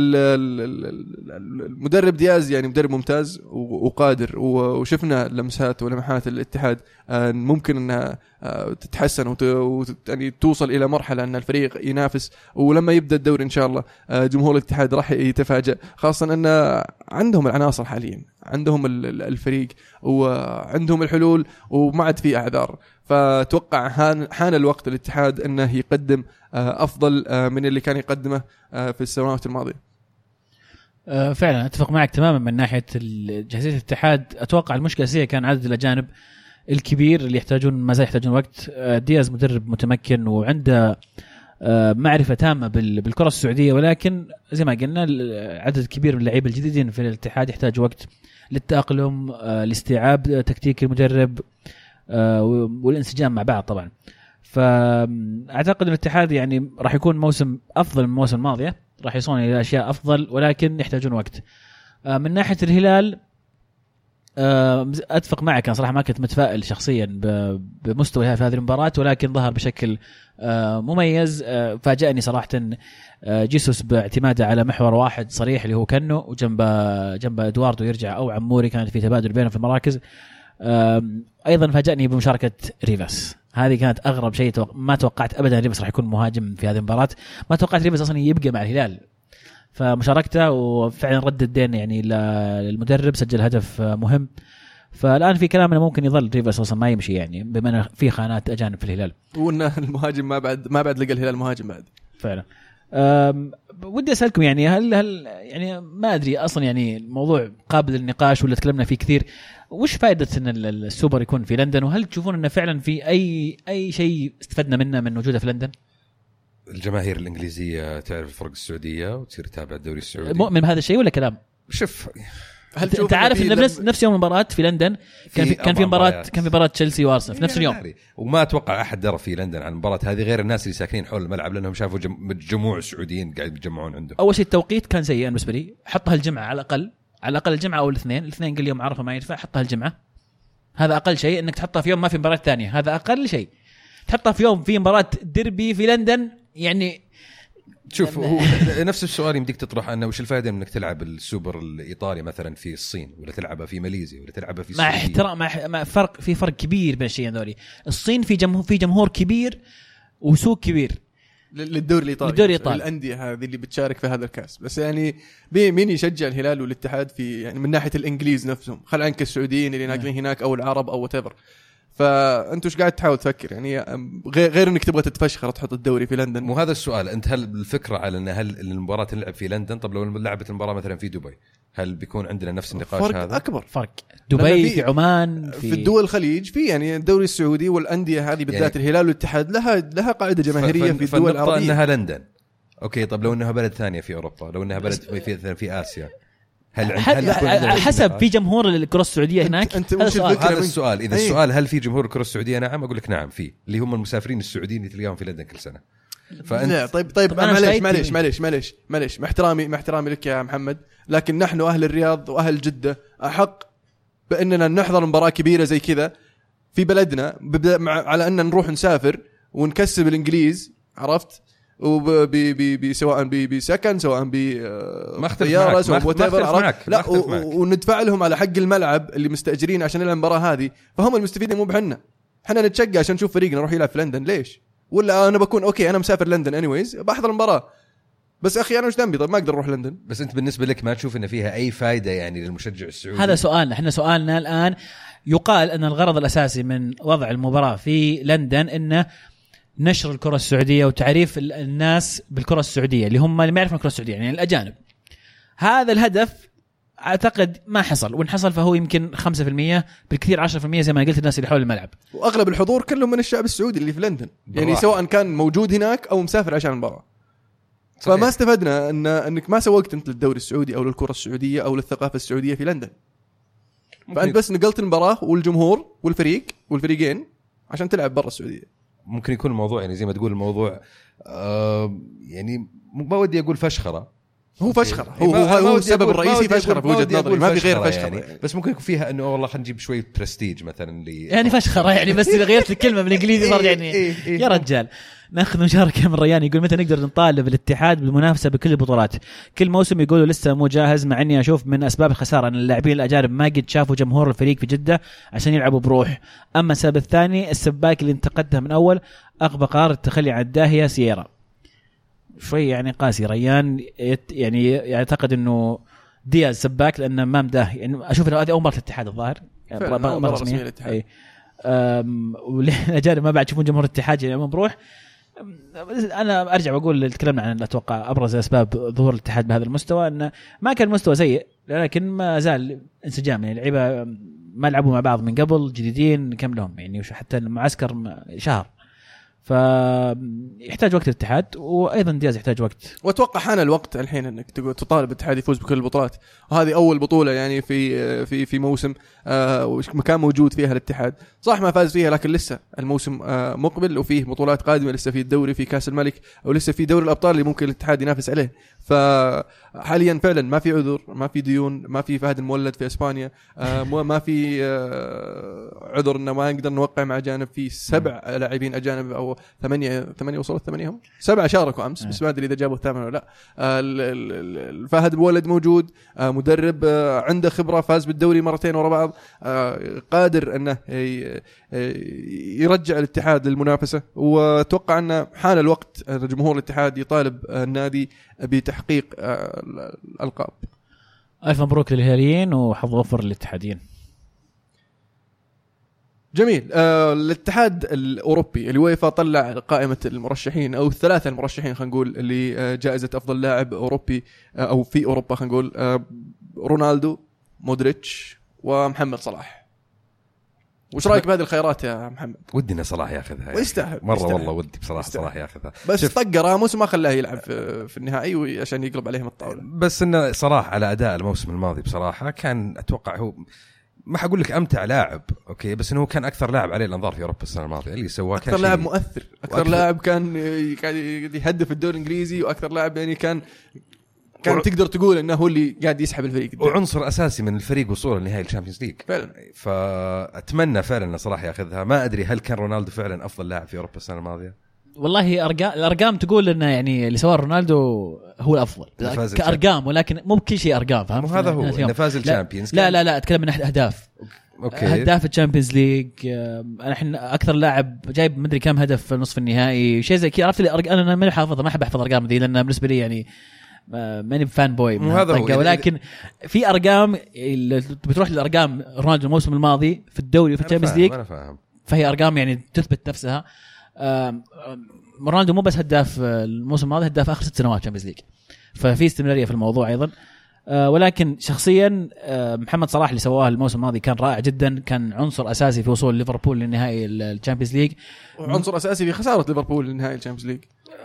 المدرب دياز يعني مدرب ممتاز وقادر، وشفنا لمسات ولمحات الاتحاد ممكن انها تتحسن يعني توصل الى مرحله ان الفريق ينافس. ولما يبدا الدوري ان شاء الله جمهور الاتحاد راح يتفاجأ، خاصه ان عندهم العناصر حاليا، عندهم الفريق وعندهم الحلول وما عاد في اعذار. فتوقع حان الوقت الاتحاد انه يقدم افضل من اللي كان يقدمه في السنوات الماضيه. فعلا اتفق معك تماما من ناحيه جاهزيه الاتحاد. اتوقع المشكله الاساسيه كان عدد الاجانب الكبير اللي يحتاجون ما زال يحتاجون وقت. دياز مدرب متمكن وعنده معرفه تامه بالكره السعوديه، ولكن زي ما قلنا عدد كبير من اللعيبه الجديدين في الاتحاد يحتاج وقت للتأقلم، لاستيعاب تكتيك المدرب والانسجام مع بعض طبعا. فاعتقد الاتحاد يعني راح يكون موسم افضل من الموسم الماضيه، راح يصون الى اشياء افضل ولكن يحتاجون وقت. من ناحيه الهلال اتفق معك، انا صراحه ما كنت متفائل شخصيا بمستوى في هذه المباراه، ولكن ظهر بشكل مميز. فاجأني صراحه جيسوس باعتماده على محور واحد صريح اللي هو كنو، وجنب ادواردو يرجع او عموري، كانت في تبادل بينهم في المراكز. ايضا فاجأني بمشاركه ريفاس، هذه كانت اغرب شيء. ما توقعت ابدا ريفاس راح يكون مهاجم في هذه المباراه، ما توقعت ريفاس اصلا يبقى مع الهلال. فمشاركته وفعلا رد الدين يعني للمدرب، سجل هدف مهم. فالان في كلام انه ممكن يظل ريفاس اصلا ما يمشي، يعني بما انه في خانات اجانب في الهلال، وان المهاجم ما بعد لقى الهلال مهاجم بعد فعلا. ودي اسالكم يعني هل يعني ما ادري اصلا، يعني الموضوع قابل للنقاش ولا تكلمنا فيه كثير، وش فائده ان السوبر يكون في لندن؟ وهل تشوفون انه فعلا في اي شيء استفدنا منه من وجوده في لندن؟ الجماهير الانجليزيه تعرف الفرق السعوديه وتصير تتابع الدوري السعودي. مؤمن بهذا الشيء ولا كلام؟ شوف، انت عارف ان نفس يوم المباراه في لندن كان في مباراه تشيلسي وارسنال في نفس اليوم، وما اتوقع احد درى في لندن عن المباراه هذه غير الناس اللي ساكنين حول الملعب، لانهم شافوا جموع السعوديين قاعد يتجمعون عنده. اول شيء التوقيت كان سيء بالنسبه لي، حطها الجمعه على الاقل الجمعه او الاثنين قال اليوم عرفه ما ينفع، حطها الجمعه. هذا اقل شيء، انك تحطها في يوم ما في مباراه ثانيه، هذا اقل شيء. تحطها في يوم في مباراه ديربي في لندن، يعني شوف هو نفس السؤال يمديك تطرح انه وش الفائده انك تلعب السوبر الايطالي مثلا في الصين، ولا تلعبها في ماليزيا، ولا تلعبها في مع احترام مع فرق كبير بين الشيئين ذولي. الصين في جمهور كبير وسوق كبير للدوري الايطالي، الانديه هذه اللي بتشارك في هذا الكاس. بس يعني مين يشجع الهلال والاتحاد في يعني من ناحيه الانجليز نفسهم، خل عنك السعوديين اللي ناقلين هناك او العرب او whatever. فانتوا ايش قاعد تحاول تفكر يعني غير انك تبغى تتفشخر تحط الدوري في لندن؟ مو هذا السؤال. انت هل الفكره على ان هل المباراه تلعب في لندن؟ طب لو لعبت المباراه مثلا في دبي هل بيكون عندنا نفس النقاش فرق هذا؟ اكبر فرق دبي في عمان في الدول الخليج في يعني الدوري السعودي والانديه هذه بالذات يعني الهلال والاتحاد لها قاعده جماهيريه في الدول العربيه انها لندن. اوكي طب لو انها بلد ثانيه في اوروبا، لو انها بلد في اسيا، هل حسب في جمهور الكرة السعودية هناك؟ هذا السؤال. إذا السؤال هل في جمهور الكرة السعودية؟ نعم أقول لك نعم في، اللي هم المسافرين السعوديين اللي تلقاهم في لندن كل سنة. لا طيب معليش احترامي لك يا محمد، لكن نحن أهل الرياض وأهل جدة أحق بأننا نحضر مباراة كبيرة زي كذا في بلدنا على أن نروح نسافر ونكسب الإنجليز، عرفت؟ سواء بسكن سواء بطياره سواء لا وندفع لهم على حق الملعب اللي مستاجرين عشان يلعب المباراه هذه، فهم المستفيدين مو بحنا. احنا نتشجع عشان نشوف فريقنا نروح يلعب في لندن ليش؟ ولا انا بكون اوكي انا مسافر لندن انيويز بحضر المباراه، بس اخي انا وش ذنبي؟ طيب ما اقدر اروح لندن. بس انت بالنسبه لك ما تشوف ان فيها اي فائده يعني للمشجع السعودي؟ هذا سؤالنا. احنا سؤالنا الان يقال ان الغرض الاساسي من وضع المباراه في لندن انه نشر الكرة السعودية وتعريف الناس بالكرة السعودية اللي هم اللي ما يعرفون الكرة السعودية يعني الأجانب. هذا الهدف أعتقد ما حصل، وإن حصل فهو يمكن 5% بالكثير 10% زي ما قلت الناس اللي حول الملعب، وأغلب الحضور كلهم من الشعب السعودي اللي في لندن يعني سواء كان موجود هناك أو مسافر عشان المباراة. فما استفدنا أنك ما سوقت أنت للدوري السعودي أو للكرة السعودية أو للثقافة السعودية في لندن، فأنت بس نقلت المباراة والجمهور والفريقين عشان تلعب برا السعودية. ممكن يكون الموضوع يعني زي ما تقول الموضوع يعني ما ودي أقول فشخرة، هو فشخرة هو السبب الرئيسي فشخرة في وجهة نظري، ما في غير فشخرة يعني. بس ممكن يكون فيها إنه والله خلينا نجيب شوية برستيج مثلا يعني فشخرة يعني بس إذا غيرت الكلمة بالإنجليزي صار يعني يا رجال. ناخذ مشاركة من ريان يقول متى نقدر نطالب الاتحاد بالمنافسة بكل البطولات؟ كل موسم يقولوا لسه مو جاهز، مع اني اشوف من اسباب الخسارة ان اللاعبين الاجانب ما قد شافوا جمهور الفريق في جدة عشان يلعبوا بروح. اما السبب الثاني السباك اللي انتقدته من اول اغبى قرار التخلي عن الداهية سيارة. شوي يعني قاسي ريان، يعني يعتقد انه دياز سباك لانه ما مداه، يعني اشوف انه هذه اول مرة الاتحاد الظاهر يعني مرة رسمية الاتحاد. والاجانب ما بعد يشوفون جمهور الاتحاد يعني بروح. أنا أرجع وأقول تكلمنا عن أتوقع أبرز أسباب ظهور الاتحاد بهذا المستوى أنه ما كان مستوى سيء، لكن ما زال انسجام يعني اللعيبة ما لعبوا مع بعض من قبل، جديدين كم لهم يعني حتى المعسكر شهر، فيحتاج وقت الاتحاد وأيضا دياز يحتاج وقت. وأتوقع حان الوقت الحين أنك تطالب الاتحاد يفوز بكل البطولات، وهذه أول بطولة يعني في موسم مكان موجود فيها الاتحاد. صح ما فاز فيها لكن لسه الموسم مقبل وفيه بطولات قادمة، لسه في الدوري، في كاس الملك، أو لسه في دوري الأبطال اللي ممكن الاتحاد ينافس عليه. فحاليا فعلا ما في عذر، ما في ديون، ما في فهد المولد في إسبانيا، ما في عذر إنه ما نقدر نوقع مع أجانب. في 7 لاعبين أجانب أو 8 وصلت 8 هم 7 شاركوا أمس، بس ما أدري إذا جابوا 8 ولا لا. الفهد المولد موجود، مدرب عنده خبرة، فاز بالدوري مرتين ورا بعض، قادر أنه يرجع الاتحاد للمنافسة. وأتوقع أن حان الوقت جمهور الاتحاد يطالب النادي بتحقيق الألقاب. ألف مبروك للهلاليين وحظ وفر للاتحادين. جميل. الاتحاد الأوروبي اليويفا طلع قائمة المرشحين أو 3 المرشحين خلينا نقول اللي جائزة أفضل لاعب أوروبي أو في أوروبا، خلينا نقول رونالدو، مودريتش، ومحمد صلاح. وش رايك بهذه الخيارات يا محمد؟ ودنا صلاح ياخذها ويستاهل مرة والله، ودي بصراحة صلاح ياخذها، بس طق راموس وما خلاه يلعب في النهائي عشان يقلب عليهم الطاولة. بس إنه صلاح على أداء الموسم الماضي بصراحة كان أتوقع هو ما حقول لك أمتع لاعب أوكي، بس إنه كان أكثر لاعب عليه الأنظار في أوروبا السنة الماضية اللي سواه، أكثر لاعب مؤثر، أكثر لاعب كان يهدف الدوري الإنجليزي، وأكثر لاعب يعني كان تقدر تقول انه هو اللي قاعد يسحب الفريق قدام. وعنصر اساسي من الفريق وصوله لنهائي الشامبيونز ليج فعلا. فاتمنى فعلا ان صلاح ياخذها. ما ادري هل كان رونالدو فعلا افضل لاعب في اوروبا السنه الماضيه؟ والله الارقام تقول انه يعني اللي سواه رونالدو هو الافضل كارقام، ولكن مو بكل شيء ارقام، فاهم؟ هذا هو انه فاز الشامبيونز. لا اتكلم من اهداف. اوكي، هداف الشامبيونز ليج، احنا اكثر لاعب جايب مدري كم هدف في نصف النهائي، شيء زي كذا. عرفت انا ما حافظها، ما احب احفظ ارقام دي لان بالنسبه لي يعني ماني فان بوي من هذا، ولكن في ارقام بتروح للارقام رونالدو الموسم الماضي في الدوري وفي الشامبيونز ليج فهي ارقام يعني تثبت نفسها. رونالدو مو بس هداف الموسم الماضي، هداف اخر 6 سنوات تشامبيونز ليج، ففي استمراريه في الموضوع ايضا. ولكن شخصيا محمد صلاح اللي سواه الموسم الماضي كان رائع جدا، كان عنصر اساسي في وصول ليفربول لنهائي الشامبيونز ليج، وعنصر اساسي في خساره ليفربول لنهائي الشامبيونز ليج.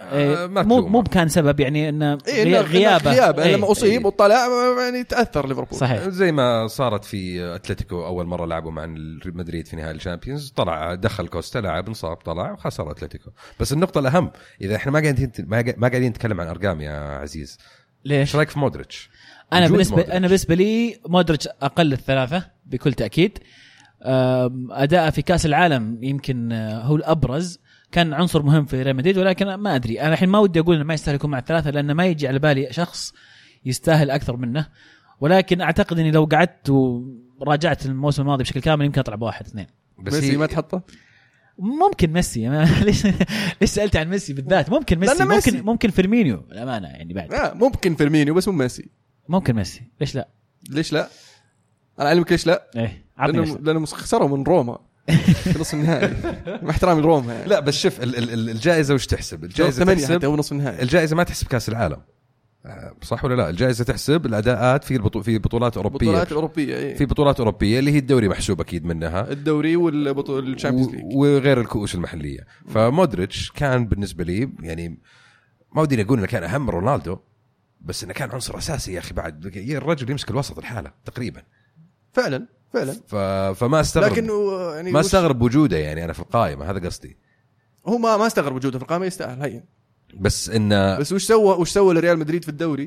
مو كان سبب يعني انه غيابه لما اصيب وطلع يعني تاثر ليفربول. صحيح. زي ما صارت في اتلتيكو اول مره لعبوا مع مدريد في نهائي الشامبيونز، طلع دخل كوستا لاعب انصاب طلع وخسر اتلتيكو. بس النقطه الاهم، اذا احنا ما قاعدين نتكلم عن ارقام يا عزيز، ليش ايش رايك في مودريتش؟ انا بالنسبه لي مودريتش اقل الثلاثه بكل تاكيد. اداءه في كاس العالم يمكن هو الابرز، كان عنصر مهم في ريال مدريد، ولكن ما ادري انا الحين ما ودي اقول انه ما يستاهل يكون مع الثلاثه، لانه ما يجي على بالي شخص يستاهل اكثر منه. ولكن اعتقد اني لو قعدت وراجعت الموسم الماضي بشكل كامل يمكن اطلع بواحد اثنين. بس ميسي ما تحطه؟ ممكن ميسي. ليش سالت عن ميسي بالذات؟ ممكن ميسي. ممكن فيرمينيو الامانه يعني بعد. ممكن فيرمينيو بس مو ميسي. ممكن ميسي. ليش لا انا علمك ليش لا. ايه لانه خسروا من روما في نصف النهائي مع احترامي لروما يعني. لا بس شوف الجائزه وش تحسب؟ الجائزه تحسب نصف النهائي. الجائزه ما تحسب كاس العالم صح ولا لا؟ الجائزه تحسب الاداءات في بطولات اوروبيه. إيه؟ في بطولات اوروبيه اللي هي الدوري محسوب اكيد منها، الدوري والشامبيونز ليج وغير الكؤوس المحليه. فمودريتش كان بالنسبه لي يعني ما ودي اقول انه كان اهم رونالدو، بس انه كان عنصر اساسي يا اخي. بعد الرجل يمسك الوسط الحاله تقريبا فعلا. فما استغرب، لكن يعني ما استغرب وجوده يعني انا في القائمه، هذا قصدي. هو ما استغرب وجوده في القائمه، يستاهل هين. بس وش سوى لريال مدريد في الدوري؟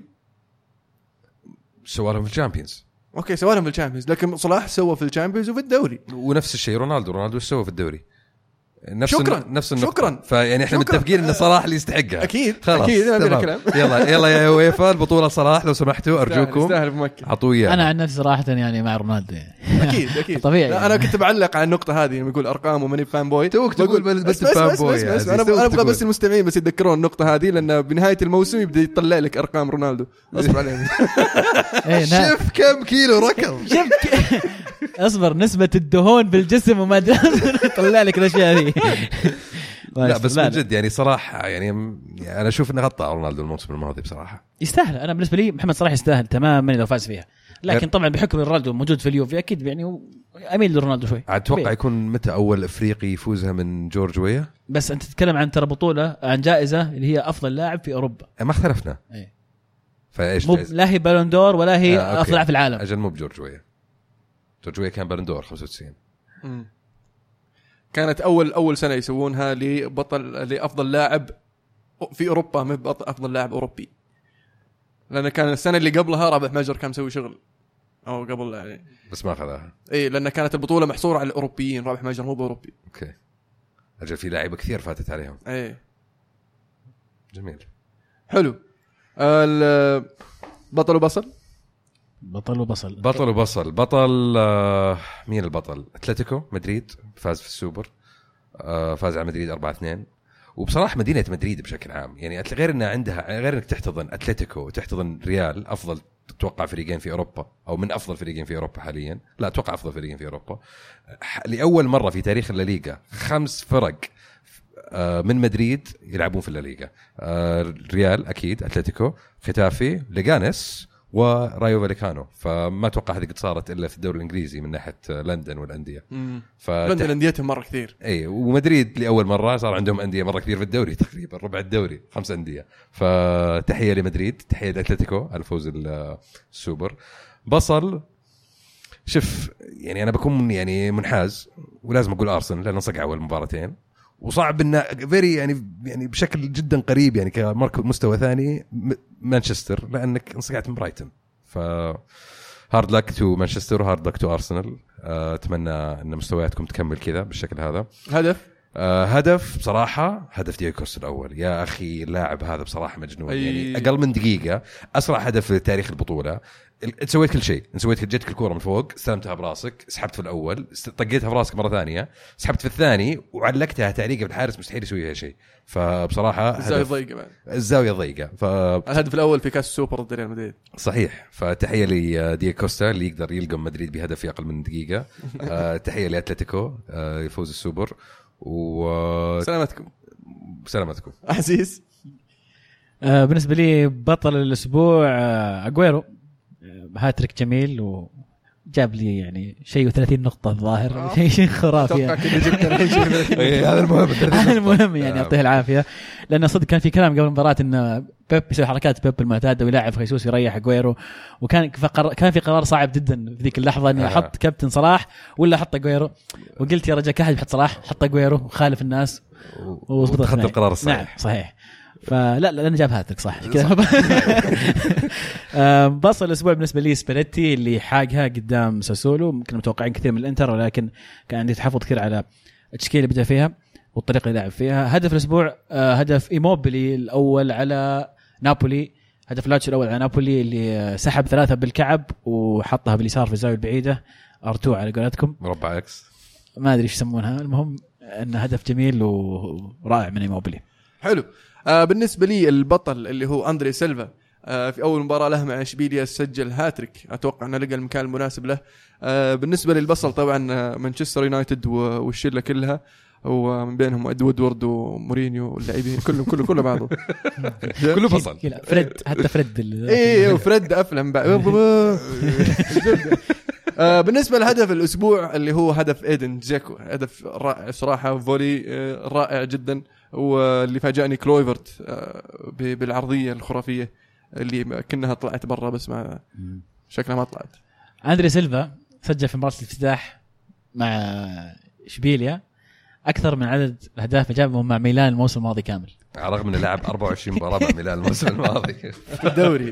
سوى لهم في الشامبيونز. اوكي سوى لهم في الشامبيونز، لكن صلاح سوى في الشامبيونز وفي الدوري. ونفس الشيء رونالدو سوى في الدوري. شكرا. فيعني احنا متفقين ان صلاح اللي يستحقها. اكيد ما كلام. يلا يا ويفا البطوله صلاح لو سمحتوا ارجوكم يستاهل بمكة. عطويه. انا عن نفسي صراحه يعني مع رونالدو يعني. اكيد طبيعي. لا انا كنت بعلق على النقطه هذه لما يقول ارقام وماني فان بوي. تقول بس فان بوي. انا ابغى بس المستمعين بس يتذكرون النقطه هذه، لان بنهايه الموسم يبدا يطلع لك ارقام رونالدو. اصبر عليهم. شوف كم كيلو ركض، اصبر نسبه الدهون بالجسم وما طلع لك الاشياء هذه. لا بس من جد يعني صراحه يعني انا اشوف انه غطى رونالدو الموسم الماضي بصراحه. يستاهل. انا بالنسبه لي محمد صلاح يستاهل تماما لو فاز فيها، لكن طبعا بحكم رونالدو موجود في اليوفي اكيد يعني اميل لرونالدو شوي. اتوقع يكون متى اول افريقي يفوزها من جورج ويا. بس انت تتكلم عن ترى بطوله، عن جائزه اللي هي افضل لاعب في اوروبا. ما اختلفنا. فايش لا هي بالون دور ولا هي افضل لاعب في العالم. اجل مو بجورج ويا. جورج ويا كان بالون دور 95. كانت اول سنه يسوونها لافضل لاعب في اوروبا، مو افضل لاعب اوروبي، لان كان السنه اللي قبلها رابح ماجر كان مسوي شغل او قبل يعني، بس ما اخذها. اي لان كانت البطوله محصوره على الاوروبيين، رابح ماجر مو باوروبي. اوكي اجل في لاعيبه كثير فاتت عليهم. اي جميل حلو. بطل وبصل مين البطل؟ اتلتيكو مدريد فاز في السوبر، فاز على مدريد 4-2. وبصراحه مدينه مدريد بشكل عام يعني غير انها عندها، غير انك تحتضن اتلتيكو وتحتضن ريال، افضل تتوقع فريقين في اوروبا او من افضل فريقين في اوروبا حاليا، لا اتوقع افضل فريقين في اوروبا لاول مره في تاريخ الليغا 5 فرق من مدريد يلعبون في الليغا. ريال اكيد، اتلتيكو، ختافي، ليغانيس ورايو فاليكانو. فما اتوقع هذه قد صارت الا في الدوري الانجليزي من ناحيه لندن والانديه. لندن انديتهم مره كثير. اي ومدريد لاول مره صار عندهم انديه مره كثير في الدوري، تقريبا ربع الدوري 5 انديه. فتحيه لمدريد، تحيه لاتلتيكو على فوز السوبر. بصل شوف يعني انا بكون يعني منحاز ولازم اقول ارسنال لانه صقع اول مباراتين، وصعب انه فيري يعني بشكل جدا قريب يعني كمستوى ثاني مانشستر، لانك انصقعت من برايتون. ف هارد لك تو مانشستر وهارد لك تو ارسنال. اتمنى ان مستوياتكم تكمل كذا بالشكل هذا. هدف بصراحة، هدف دييغو كوستا الأول. يا أخي اللاعب هذا بصراحة مجنون. يعني أقل من دقيقة أسرع هدف في تاريخ البطولة. سويت كل شيء، سويت جتك الكرة من فوق، استلمتها براسك، سحبت في الأول، طقيتها براسك مرة ثانية، سحبت في الثاني وعلقتها تعليقة بالحارس، مستحيل يسويها شيء. فبصراحة الزاوية ضيقة. الهدف الأول في كأس السوبر ضد ريال مدريد. صحيح. فتحية لي دييغو كوستا اللي يقدر يلقم مدريد بهدف في أقل من دقيقة. تحية لأتلتيكو يفوز السوبر. سلامتكم عزيز. بالنسبة لي بطل الأسبوع أغويرو، هاتريك جميل وجاب لي يعني شيء و30 نقطة الظاهر، شيء خرافي. هذا المهم يعني يعطيه العافية. لأن صدق كان في كلام قبل المباراة إن بيب يسوي حركات بيب المعتادة ويلاعب خيسوس يريح أغويرو، وكان في قرار صعب جدا في ذيك اللحظة إني أحط كابتن صلاح ولا أحط أغويرو، وقلت يا رجال كأحد يحط صلاح حط أغويرو وخالف الناس وأخذ القرار الصحيح. نعم صحيح. فلا لأنه جاب هاتريك صح كذا. بصل الأسبوع بالنسبة لي سباليتي اللي حاجها قدام ساسولو. ممكن متوقعين كثير من الانتر، ولكن كان عندي تحفظ كثير على التشكيلة اللي بدأ فيها والطريقة اللي لعب فيها. هدف الأسبوع هدف إيموبيلي الأول على نابولي، هدف لاتشو الأول على نابولي اللي سحب 3 بالكعب وحطها باليسار في الزاوية البعيدة، R2 على قولتكم، مربع اكس ما أدري إيش يسمونها. المهم أنه هدف جميل ورائع من إيموبيلي. حلو. بالنسبة لي البطل اللي هو أندري سيلفا، في أول مباراة له مع إشبيليا سجل هاتريك، أتوقع أنه لقى المكان المناسب له. بالنسبة للبصل طبعا مانشستر يونايتد والشلة كلها، ومن بينهم وودورد ومورينيو واللاعبين كله بعضه. كله بصل. فريد حتى فريد وفريد أفلم بالنسبة لهدف الأسبوع اللي هو هدف إيدن جاكو، هدف رائع صراحة، فولي رائع جدا. واللي فاجأني كلويفرت بالعرضية الخرافية اللي كنها طلعت برا بس ما شكلها ما طلعت. أندري سيلفا سجل في مباراة الافتتاح مع إشبيليا أكثر من عدد الأهداف جابهم مع ميلان الموسم الماضي كامل، رغم أنه لعب 24 مباراة مع ميلان الموسم الماضي في الدوري.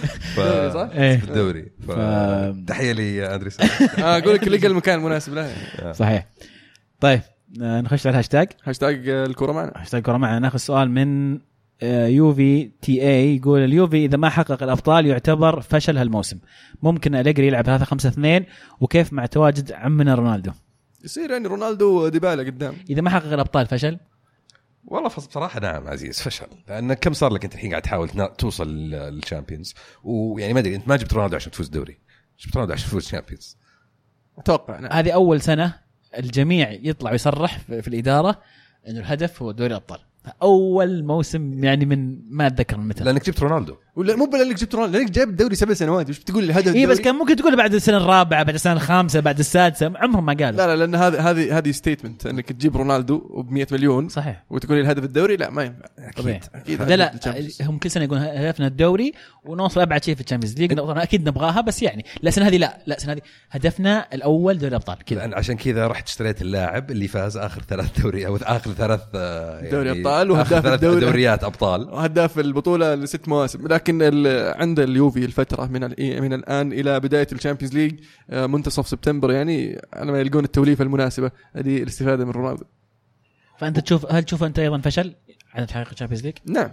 صح؟ في الدوري. تحية لي أندري سيلفا. أقول لك لقى المكان المناسب له. صحيح. طيب نخش على هاشتاج الكرة معنا. هاشتاج الكرة معنا. ناخذ سؤال من يوفي تي اي، يقول اليوفي إذا ما حقق الأبطال يعتبر فشل هالموسم، ممكن أليجري يلعب 3-5-2 وكيف مع تواجد عمنا رونالدو؟ يصير يعني رونالدو ديبالا قدام إذا ما حقق الأبطال فشل؟ والله بصراحة نعم عزيز فشل، لأن كم صار لك أنت الحين قاعد تحاول توصل للشامبيونز، ويعني ما أدري أنت ما جبت رونالدو عشان تفوز الدوري، جبت رونالدو عشان تفوز الشامبيونز. أتوقع نعم. هذه أول سنة الجميع يطلع ويصرح في الإدارة إنه الهدف هو دوري الأبطال، أول موسم يعني من ما أتذكر متى، لأنك جبت رونالدو. ولا مو لأنك جبت رونالدو، لأنك جاب الدوري 7 سنوات، وش بتقول الهدف؟ إيه بس كان ممكن تقول بعد السنة الرابعة، بعد السنة الخامسة، بعد السادسة، عمرهم ما قالوا. لا لأن هذه ستيتمنت إنك تجيب رونالدو ب100 مليون صحيح وتقول الهدف الدوري، لا ما ينفع. أكيد لا هم كل سنة يقولون هدفنا الدوري ونوصل أبعد شيء في الشامبيونز ليج، أكيد نبغاها، بس يعني لا السنة هذه لا السنة هذه هدفنا الأول دوري الأبطال كذا. عشان كذا رحت اشتريت اللاعب اللي فاز آخر 3 دوري أو آخر 3 دوري أبطال وهداف دوريات أبطال وهداف البطولة ل6 مواسم. لكن عند اليوفي الفترة من الآن إلى بداية الشامبيونز ليج منتصف سبتمبر، يعني أنا ما يلقون التوليفة المناسبة هذه الاستفادة من رونالدو. فأنت هل تشوف أنت أيضا فشل على تحقيق الشامبيونز ليج؟ نعم،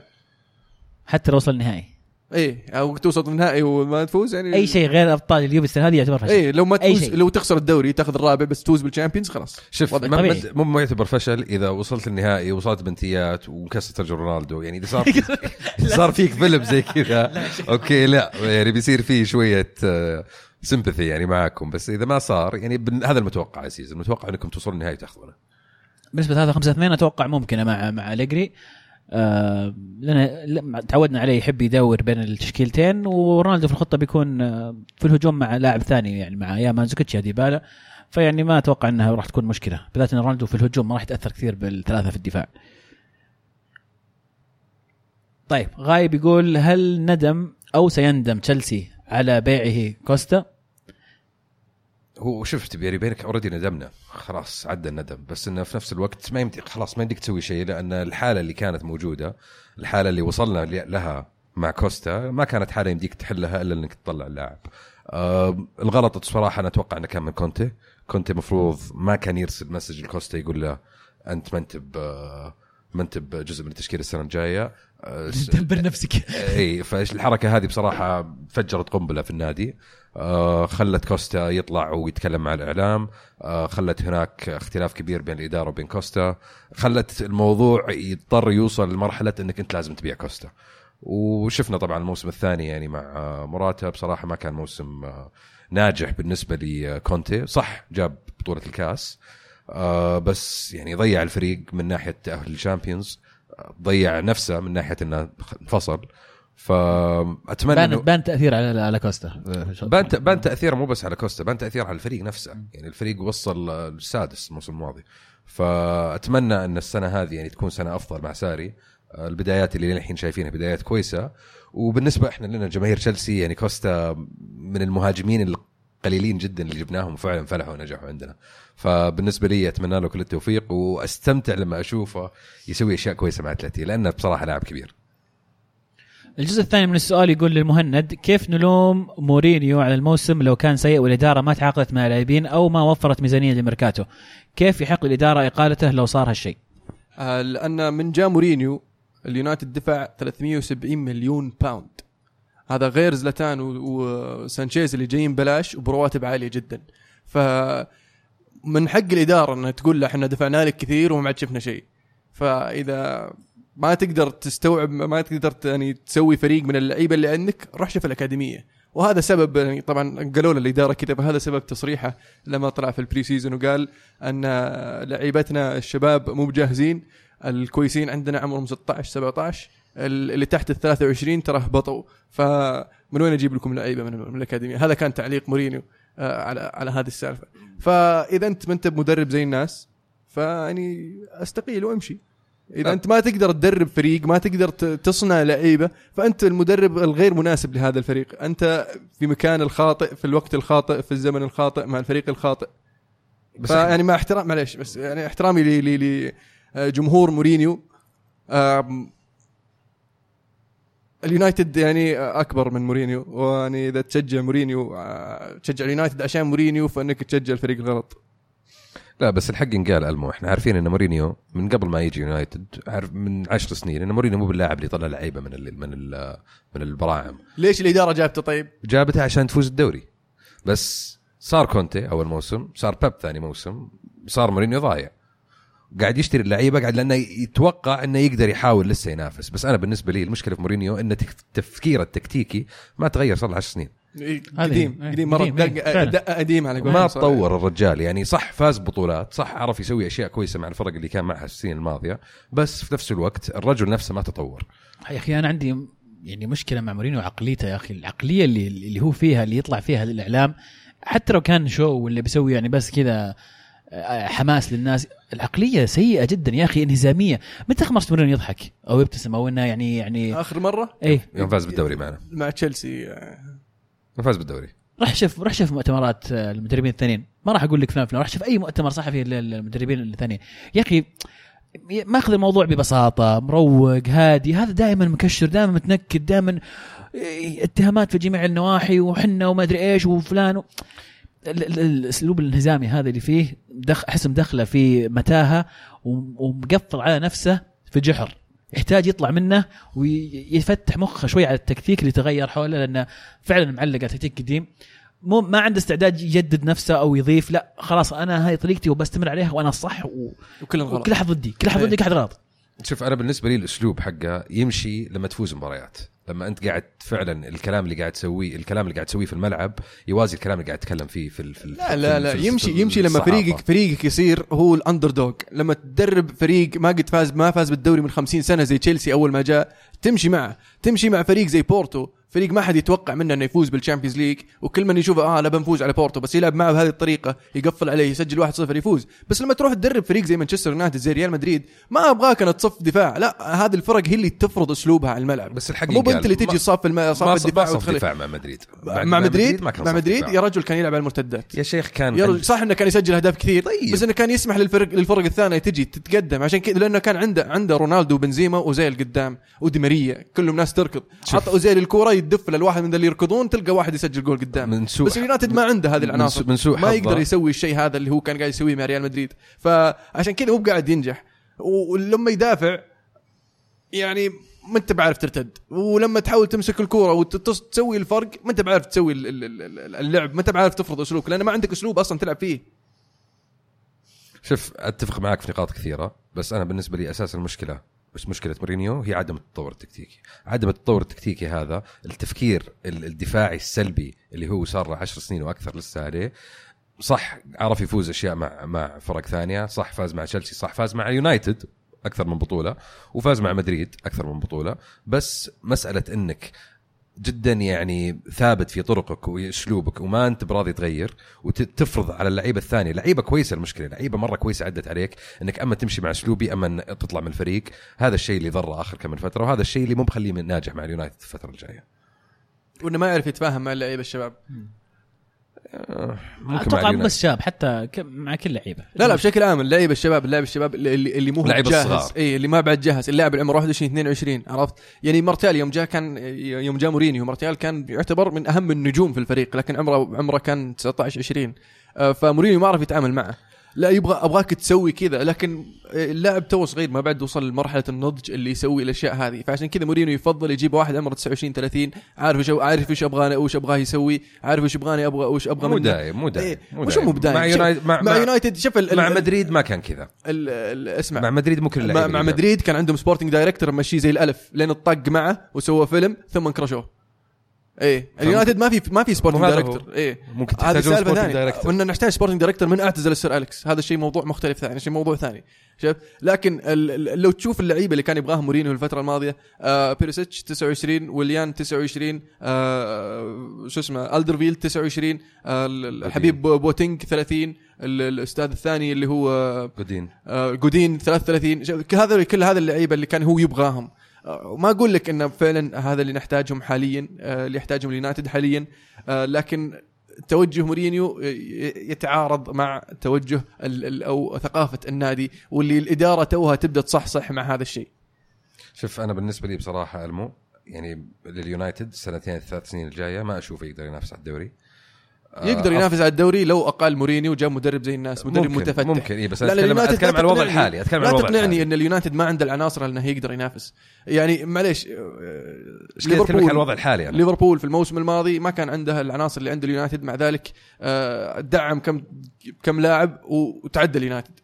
حتى لو وصل النهائي. ايه او توصل النهائي وما تفوز، يعني اي شيء غير ابطال اليوفي السنه هذه يعتبر فشل. ايه لو ما تفوز، لو تخسر الدوري تاخذ الرابع بس تفوز بالشامبيونز خلاص. شوف مو يعتبر فشل اذا وصلت النهائي ووصلت بنتيات وكسرت رجل رونالدو، يعني اذا صار فيك فيلم زي كذا اوكي لا يعني بيصير فيه شويه سيمباثي يعني معكم، بس اذا ما صار يعني هذا المتوقع عزيز، المتوقع انكم توصلوا النهائي وتاخذونه. بالنسبه 3-5-2 اتوقع ممكنه مع أليجري، لأن تعودنا عليه يحب يدور بين التشكيلتين، ورونالدو في الخطة بيكون في الهجوم مع لاعب ثاني يعني مع يا مانزوكيتش يا ديبالا، فيعني ما أتوقع أنها راح تكون مشكلة، بالذات أن رونالدو في الهجوم ما راح يتأثر كثير بالثلاثة في الدفاع. طيب غايب يقول هل ندم أو سيندم تشيلسي على بيعه كوستا؟ هو شفت بيني بينك اوريدي ندمنا خلاص عدى الندم، بس انه في نفس الوقت ما يمدي خلاص ما يمديك تسوي شيء، لان الحاله اللي كانت موجوده، الحاله اللي وصلنا لها مع كوستا ما كانت حاله يمديك تحلها الا انك تطلع اللاعب. الغلط الصراحه انا اتوقع انه كان من كونتي مفروض ما كان يرسل مسج لكوستا يقول له انت ما انت بجزء من التشكيله السنه الجايه، دبر نفسك. اي فايش الحركه هذه بصراحه فجرت قنبله في النادي، خلت كوستا يطلع ويتكلم مع الاعلام، خلت هناك اختلاف كبير بين الاداره وبين كوستا، خلت الموضوع يضطر يوصل لمرحله انك انت لازم تبيع كوستا. وشفنا طبعا الموسم الثاني يعني مع موراتا بصراحه ما كان موسم ناجح بالنسبه لكونتي. صح جاب بطوله الكاس، بس يعني ضيع الفريق من ناحيه تاهل الشامبيونز، ضيع نفسه من ناحيه انه انفصل. فاتمنى بان تاثير على كوستا، بان تاثير مو بس على كوستا، بان تاثير على الفريق نفسه. يعني الفريق وصل السادس الموسم الماضي، فاتمنى ان السنه هذه يعني تكون سنه افضل مع ساري. البدايات اللي الحين شايفينها بدايات كويسه، وبالنسبه احنا لنا جماهير تشيلسي يعني كوستا من المهاجمين القليلين جدا اللي جبناهم وفعلا فلحوا ونجحوا عندنا. فبالنسبه لي اتمنى له كل التوفيق، واستمتع لما اشوفه يسوي اشياء كويسه مع اتلتي، لانه بصراحه لاعب كبير. الجزء الثاني من السؤال يقول للمهند: كيف نلوم مورينيو على الموسم لو كان سيء والإدارة ما تعاقدت مع اللاعبين أو ما وفرت ميزانية لميركاتو؟ كيف يحق الإدارة إقالته لو صار هالشيء؟ لأن من جاء مورينيو اليونايتد دفع 370 مليون باوند، هذا غير زلاتان وسانشيز اللي جايين بلاش وبرواتب عالية جدا. فمن حق الإدارة أنها تقول له احنا دفعنا لك كثير وما عاد شفنا شيء. فإذا ما تقدر تستوعب، ما تقدر يعني تسوي فريق من اللعيبه اللي عندك، روح شوف الاكاديميه. وهذا سبب يعني طبعا قالوا له الاداره كذا، فهذا سبب تصريحه لما طلع في البري سيزون وقال ان لعيبتنا الشباب مو بجاهزين، الكويسين عندنا عمرهم 16 17، اللي تحت ال 23 ترى هبطوا، فمن وين اجيب لكم لعيبه من الاكاديميه؟ هذا كان تعليق مورينيو على هذه السالفه. فاذا انت ما انت مدرب زي الناس، فيعني استقيل وامشي. إذا أنت ما تقدر تدرب فريق، ما تقدر تصنع لعيبة، فأنت المدرب الغير مناسب لهذا الفريق. أنت في مكان الخاطئ في الوقت الخاطئ في الزمن الخاطئ مع الفريق الخاطئ. بس يعني مع احترام، معليش، بس يعني احترامي لجمهور مورينيو، اليونايتد يعني أكبر من مورينيو، ويعني إذا تشجع مورينيو تشجع اليونايتد عشان مورينيو، فإنك تشجع الفريق الغلط. لا بس الحق انقال ألمو، احنا عارفين ان مورينيو من قبل ما يجي يونايتد، عارف من 10 سنين ان مورينيو مو باللاعب اللي يطلع لعيبه من البراعم. ليش الاداره جابته؟ طيب جابتها عشان تفوز الدوري. بس صار كونتي اول موسم، صار بيب ثاني موسم، صار مورينيو ضايع، قاعد يشتري اللعيبه، قاعد لانه يتوقع انه يقدر يحاول لسه ينافس. بس انا بالنسبه لي المشكله في مورينيو ان تفكيره التكتيكي ما تغير، صار له 10 سنين، قديم مرة دقة قديم على ما تطور الرجال. يعني صح فاز بطولات، صح عرف يسوي أشياء كويسة مع الفرق اللي كان معها السنين الماضية، بس في نفس الوقت الرجل نفسه ما تطور. يا أخي أنا عندي يعني مشكلة مع مورينيو، عقليته يا أخي، العقلية اللي هو فيها، اللي يطلع فيها للإعلام، حتى لو كان شو واللي بيسوي يعني بس كذا حماس للناس، العقلية سيئة جدا يا أخي، انهزامية. متى خمرت مورينيو يضحك أو يبتسم أو إنه يعني آخر مرة يوم فاز بالدوري معنا مع تشيلسي، فاز بالدوري. راح شوف مؤتمرات المدربين الثانيين، ما راح اقول لك فلان راح شوف اي مؤتمر صحفي للمدربين الثانيين. يا اخي ماخذ الموضوع ببساطه، مروق هادي، هذا دائما مكشر، دائما متنكد، دائما اتهامات في جميع النواحي وحنا وما ادري ايش وفلان الاسلوب الانهزامي هذا اللي فيه احس مدخله في متاهه ومقفل على نفسه في جحر يحتاج يطلع منه ويفتح مخه شوي على التكتيك اللي تغير حوله، لأنه فعلا معلق على تكتيك قديم، ما عنده استعداد يجدد نفسه أو يضيف. لا خلاص أنا هاي طريقتي وبستمر عليها وأنا الصح وكل أحد ضدي، كل أحد ضدي، كل أحد غلط. شوف أنا بالنسبة لي الأسلوب حقه يمشي لما تفوز مباريات، لما أنت قاعد فعلا الكلام اللي قاعد تسويه في الملعب يوازي الكلام اللي قاعد تتكلم فيه في لا يمشي لما فريقك يصير هو الأندردوغ. لما تدرب فريق ما فاز بالدوري من 50 سنة زي تشيلسي أول ما جاء، تمشي مع فريق زي بورتو، فريق ما حد يتوقع منه انه يفوز بالشامبيونز ليج، وكل من يشوفه لا بنفوز على بورتو، بس يلعب معه بهذه الطريقه، يقفل عليه، يسجل 1-0 يفوز. بس لما تروح تدرب فريق زي مانشستر يونايتد زي ريال مدريد، ما ابغاك انا تصف دفاع، لا هذه الفرق هي اللي تفرض اسلوبها على الملعب. بس الحقيقه مو انت اللي تجي صف الدفاع وتدافع مع مدريد يا رجل كان يلعب على المرتدات يا شيخ، كان صح انه كان يسجل اهداف كثير، طيب. بس انه كان يسمح للفرق الثانيه تجي تتقدم، عشان كذا لانه كان عنده رونالدو وبنزيما وزيل قدام ودي ماريا، كلهم ناس تركض، حط اوزيل الكوره تدف للواحد من اللي يركضون تلقى واحد يسجل جول قدام. بس اليونايتد ما عنده هذه العناصر، ما يقدر يسوي الشيء هذا اللي هو كان قاعد يسويه مع ريال مدريد، فعشان كذا هو قاعد ينجح. ولما يدافع يعني ما انت بعرف ترتد، ولما تحاول تمسك الكرة وتسوي الفرق ما انت بعرف تسوي اللعب، ما انت بعرف تفرض اسلوبك لان ما عندك اسلوب اصلا تلعب فيه. شوف اتفق معك في نقاط كثيره، بس انا بالنسبه لي اساس المشكله بس مشكله مورينيو هي عدم التطور التكتيكي. عدم التطور التكتيكي هذا التفكير الدفاعي السلبي اللي هو صار 10 سنين واكثر لسه عليه. صح عرف يفوز اشياء مع فرق ثانيه، صح فاز مع تشيلسي، صح فاز مع يونايتد اكثر من بطوله، وفاز مع مدريد اكثر من بطوله، بس مساله انك جدا يعني ثابت في طرقك واسلوبك وما انت براضي تغير وتفرض على اللعيبه الثانيه. لعيبه كويسه، المشكله لعيبه مره كويسه عدت عليك انك اما تمشي مع اسلوبي اما تطلع من الفريق. هذا الشيء اللي ضر اخر كم من فتره، وهذا الشيء اللي مو مخليه ناجح مع اليونايتد الفتره الجايه، وانه ما يعرف يتفاهم مع اللعيبه الشباب. اتوقع بس شاب حتى مع كل لعيبه. لا بشكل عام اللعيبه الشباب اللي مو جاهز، اللي ما بعد جاهز، اللاعب العمر 21 22 عرفت يعني. مارتيال يوم جاء مورينيو مارتيال كان يعتبر من اهم النجوم في الفريق، لكن عمره كان 19 20. فمورينيو ما عرف يتعامل معه. لا ابغاك تسوي كذا، لكن اللاعب تو صغير ما بعد وصل لمرحله النضج اللي يسوي الاشياء هذه. فعشان كذا مورينيو يفضل يجيب واحد عمره 29 30 عارف ايش ابغاه يسوي، عارف ايش يبغاني وش ابغى منه. مو دايم مع يونايتد شوف مع مدريد ما كان كذا. اسمع مع مدريد مو كل اللعيبه. مع مدريد كان عندهم سبورتنج دايركتور ماشي زي الالف لين الطق معه وسوى فيلم ثم انكرشوه. اليونايتد ما في سبورتنج دايركتور. ممكن تحتاجون سبورتنج دايركتور، وإننا نحتاج سبورتنج دايركتور من اعتزل السير أليكس. هذا الشيء موضوع مختلف ثاني، شيء موضوع ثاني شوف. لكن لو تشوف اللعيبه اللي كان يبغاهم مورينيو الفتره الماضيه، بيريسيتش 29، ويليان 29، شو اسمه الدرفيل 29، الحبيب بوتينج 30، الاستاذ الثاني اللي هو جودين 33. كل هذا اللعيبه اللي كان هو يبغاهم. ما أقول لك إنه فعلا هذا اللي نحتاجهم حاليا، اللي يحتاجهم اليونايتد حاليا، لكن توجه مورينيو يتعارض مع توجه أو ثقافة النادي، واللي الإدارة توها تبدأ تصحصح مع هذا الشيء. شوف أنا بالنسبة لي بصراحة ألمو يعني لليونايتد 2-3 سنين الجاية ما أشوفه يقدر ينافس على الدوري. يقدر ينافس على الدوري لو أقل مورينيو وجاب مدرب زي الناس، مدرب متفتح. ممكن بس أتكلم على الوضع الحالي. لا تقنعني إن اليونايتد ما عنده العناصر أنه يقدر ينافس. يعني معليش ليفربول الوضع الحالي يعني. ليفربول في الموسم الماضي ما كان عنده العناصر اللي عند اليونايتد، مع ذلك دعم كم لاعب وتعدى اليونايتد.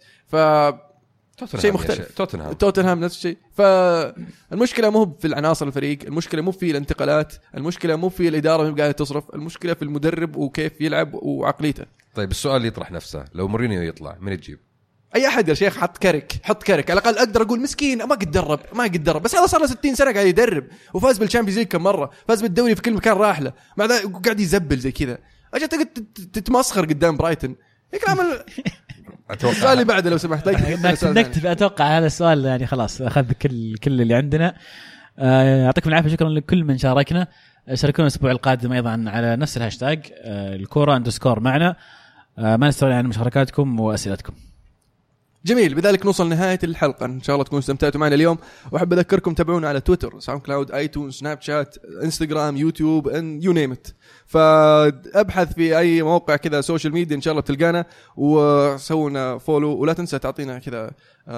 شيء مختلف. توتنهام نفس الشيء. فالمشكله مو في العناصر الفريق، المشكله مو في الانتقالات، المشكله مو في الاداره اللي قاعده تصرف، المشكله في المدرب وكيف يلعب وعقليته. طيب السؤال اللي يطرح نفسه، لو مورينيو يطلع من تجيب؟ اي احد يا شيخ. حط كارك على الاقل اقدر اقول مسكين ما قد درب بس هذا صار له 60 سنه قاعد يدرب، وفاز بالشامبيونز ليج كم مره، فاز بالدوري في كل مكان راح له، مع ذلك قاعد يزبل زي كذا. اجي تتمسخر قدام برايتون يكرم. السؤال اللي بعده لو سمحت. نكتب. اتوقع هذا السؤال يعني خلاص اخذ كل اللي عندنا. يعطيكم العافيه، شكرا لكل من شاركنا. شاركونا الاسبوع القادم ايضا على نفس الهاشتاج الكوره_. معنا ما نستغني عن مشاركاتكم واسئلتكم. جميل، بذلك نوصل نهاية الحلقة. إن شاء الله تكونوا استمتعتوا معنا اليوم، وأحب أذكركم تابعونا على تويتر، ساوند كلاود، آيتونز، سناب شات، إنستغرام، يوتيوب، and you name it. فأبحث في أي موقع كذا سوشيال ميديا إن شاء الله تلقانا، وسوونا فولو، ولا تنسى تعطينا كذا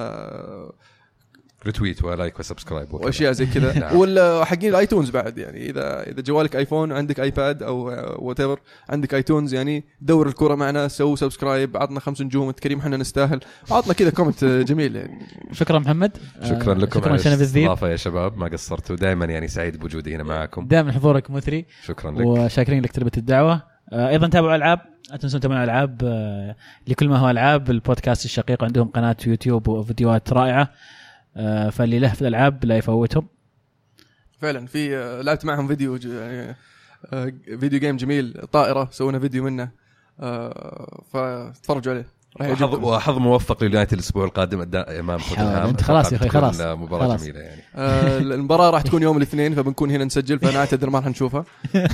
ريتويت ولايك وسبسكرايب واشياء زي كذا. ولا حقين الايتونز بعد، يعني اذا جوالك ايفون، عندك ايباد او وات ايفر، عندك ايتونز، يعني دور الكرة معنا، سووا سبسكرايب، عطنا 5 نجوم، انت كريم، احنا نستاهل، عطنا كذا كومنت جميل يعني. شكرا محمد. شكرا لكم على الاستضافه يا شباب، ما قصرتوا، دائما يعني سعيد بوجودي هنا معكم، دائما حضورك مثري. شكرا لك وشاكرين لك تلبيه الدعوه. ايضا تابعوا العاب، لا تنسوا تتابعوا العاب لكل ما هو العاب. البودكاست الشقيق عندهم قناه يوتيوب وفيديوهات رائعه، فاللي له في الألعاب لا يفوتهم. فعلا في لعبت معهم فيديو فيديو جيم جميل، طائرة، سوينا فيديو منه، فتفرجوا عليه. وحظ موفق لليونايتد الأسبوع القادم أمام توتنهام. أنت خلاص يا أخي، خلاص مباراة خلاص. جميلة يعني. المباراة راح تكون يوم الاثنين، فبنكون هنا نسجل، فنعتذر ما راح نشوفها.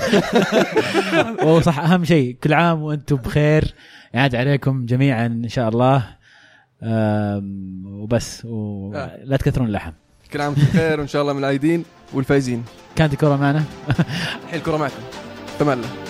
صح، أهم شيء كل عام وأنتم بخير، يعاد عليكم جميعا إن شاء الله. وبس لا تكثرون اللحم. كل عام وانتم بخير وان شاء الله من العايدين والفايزين. كانت الكرة معنا. الحين الكرة معكم. تمام.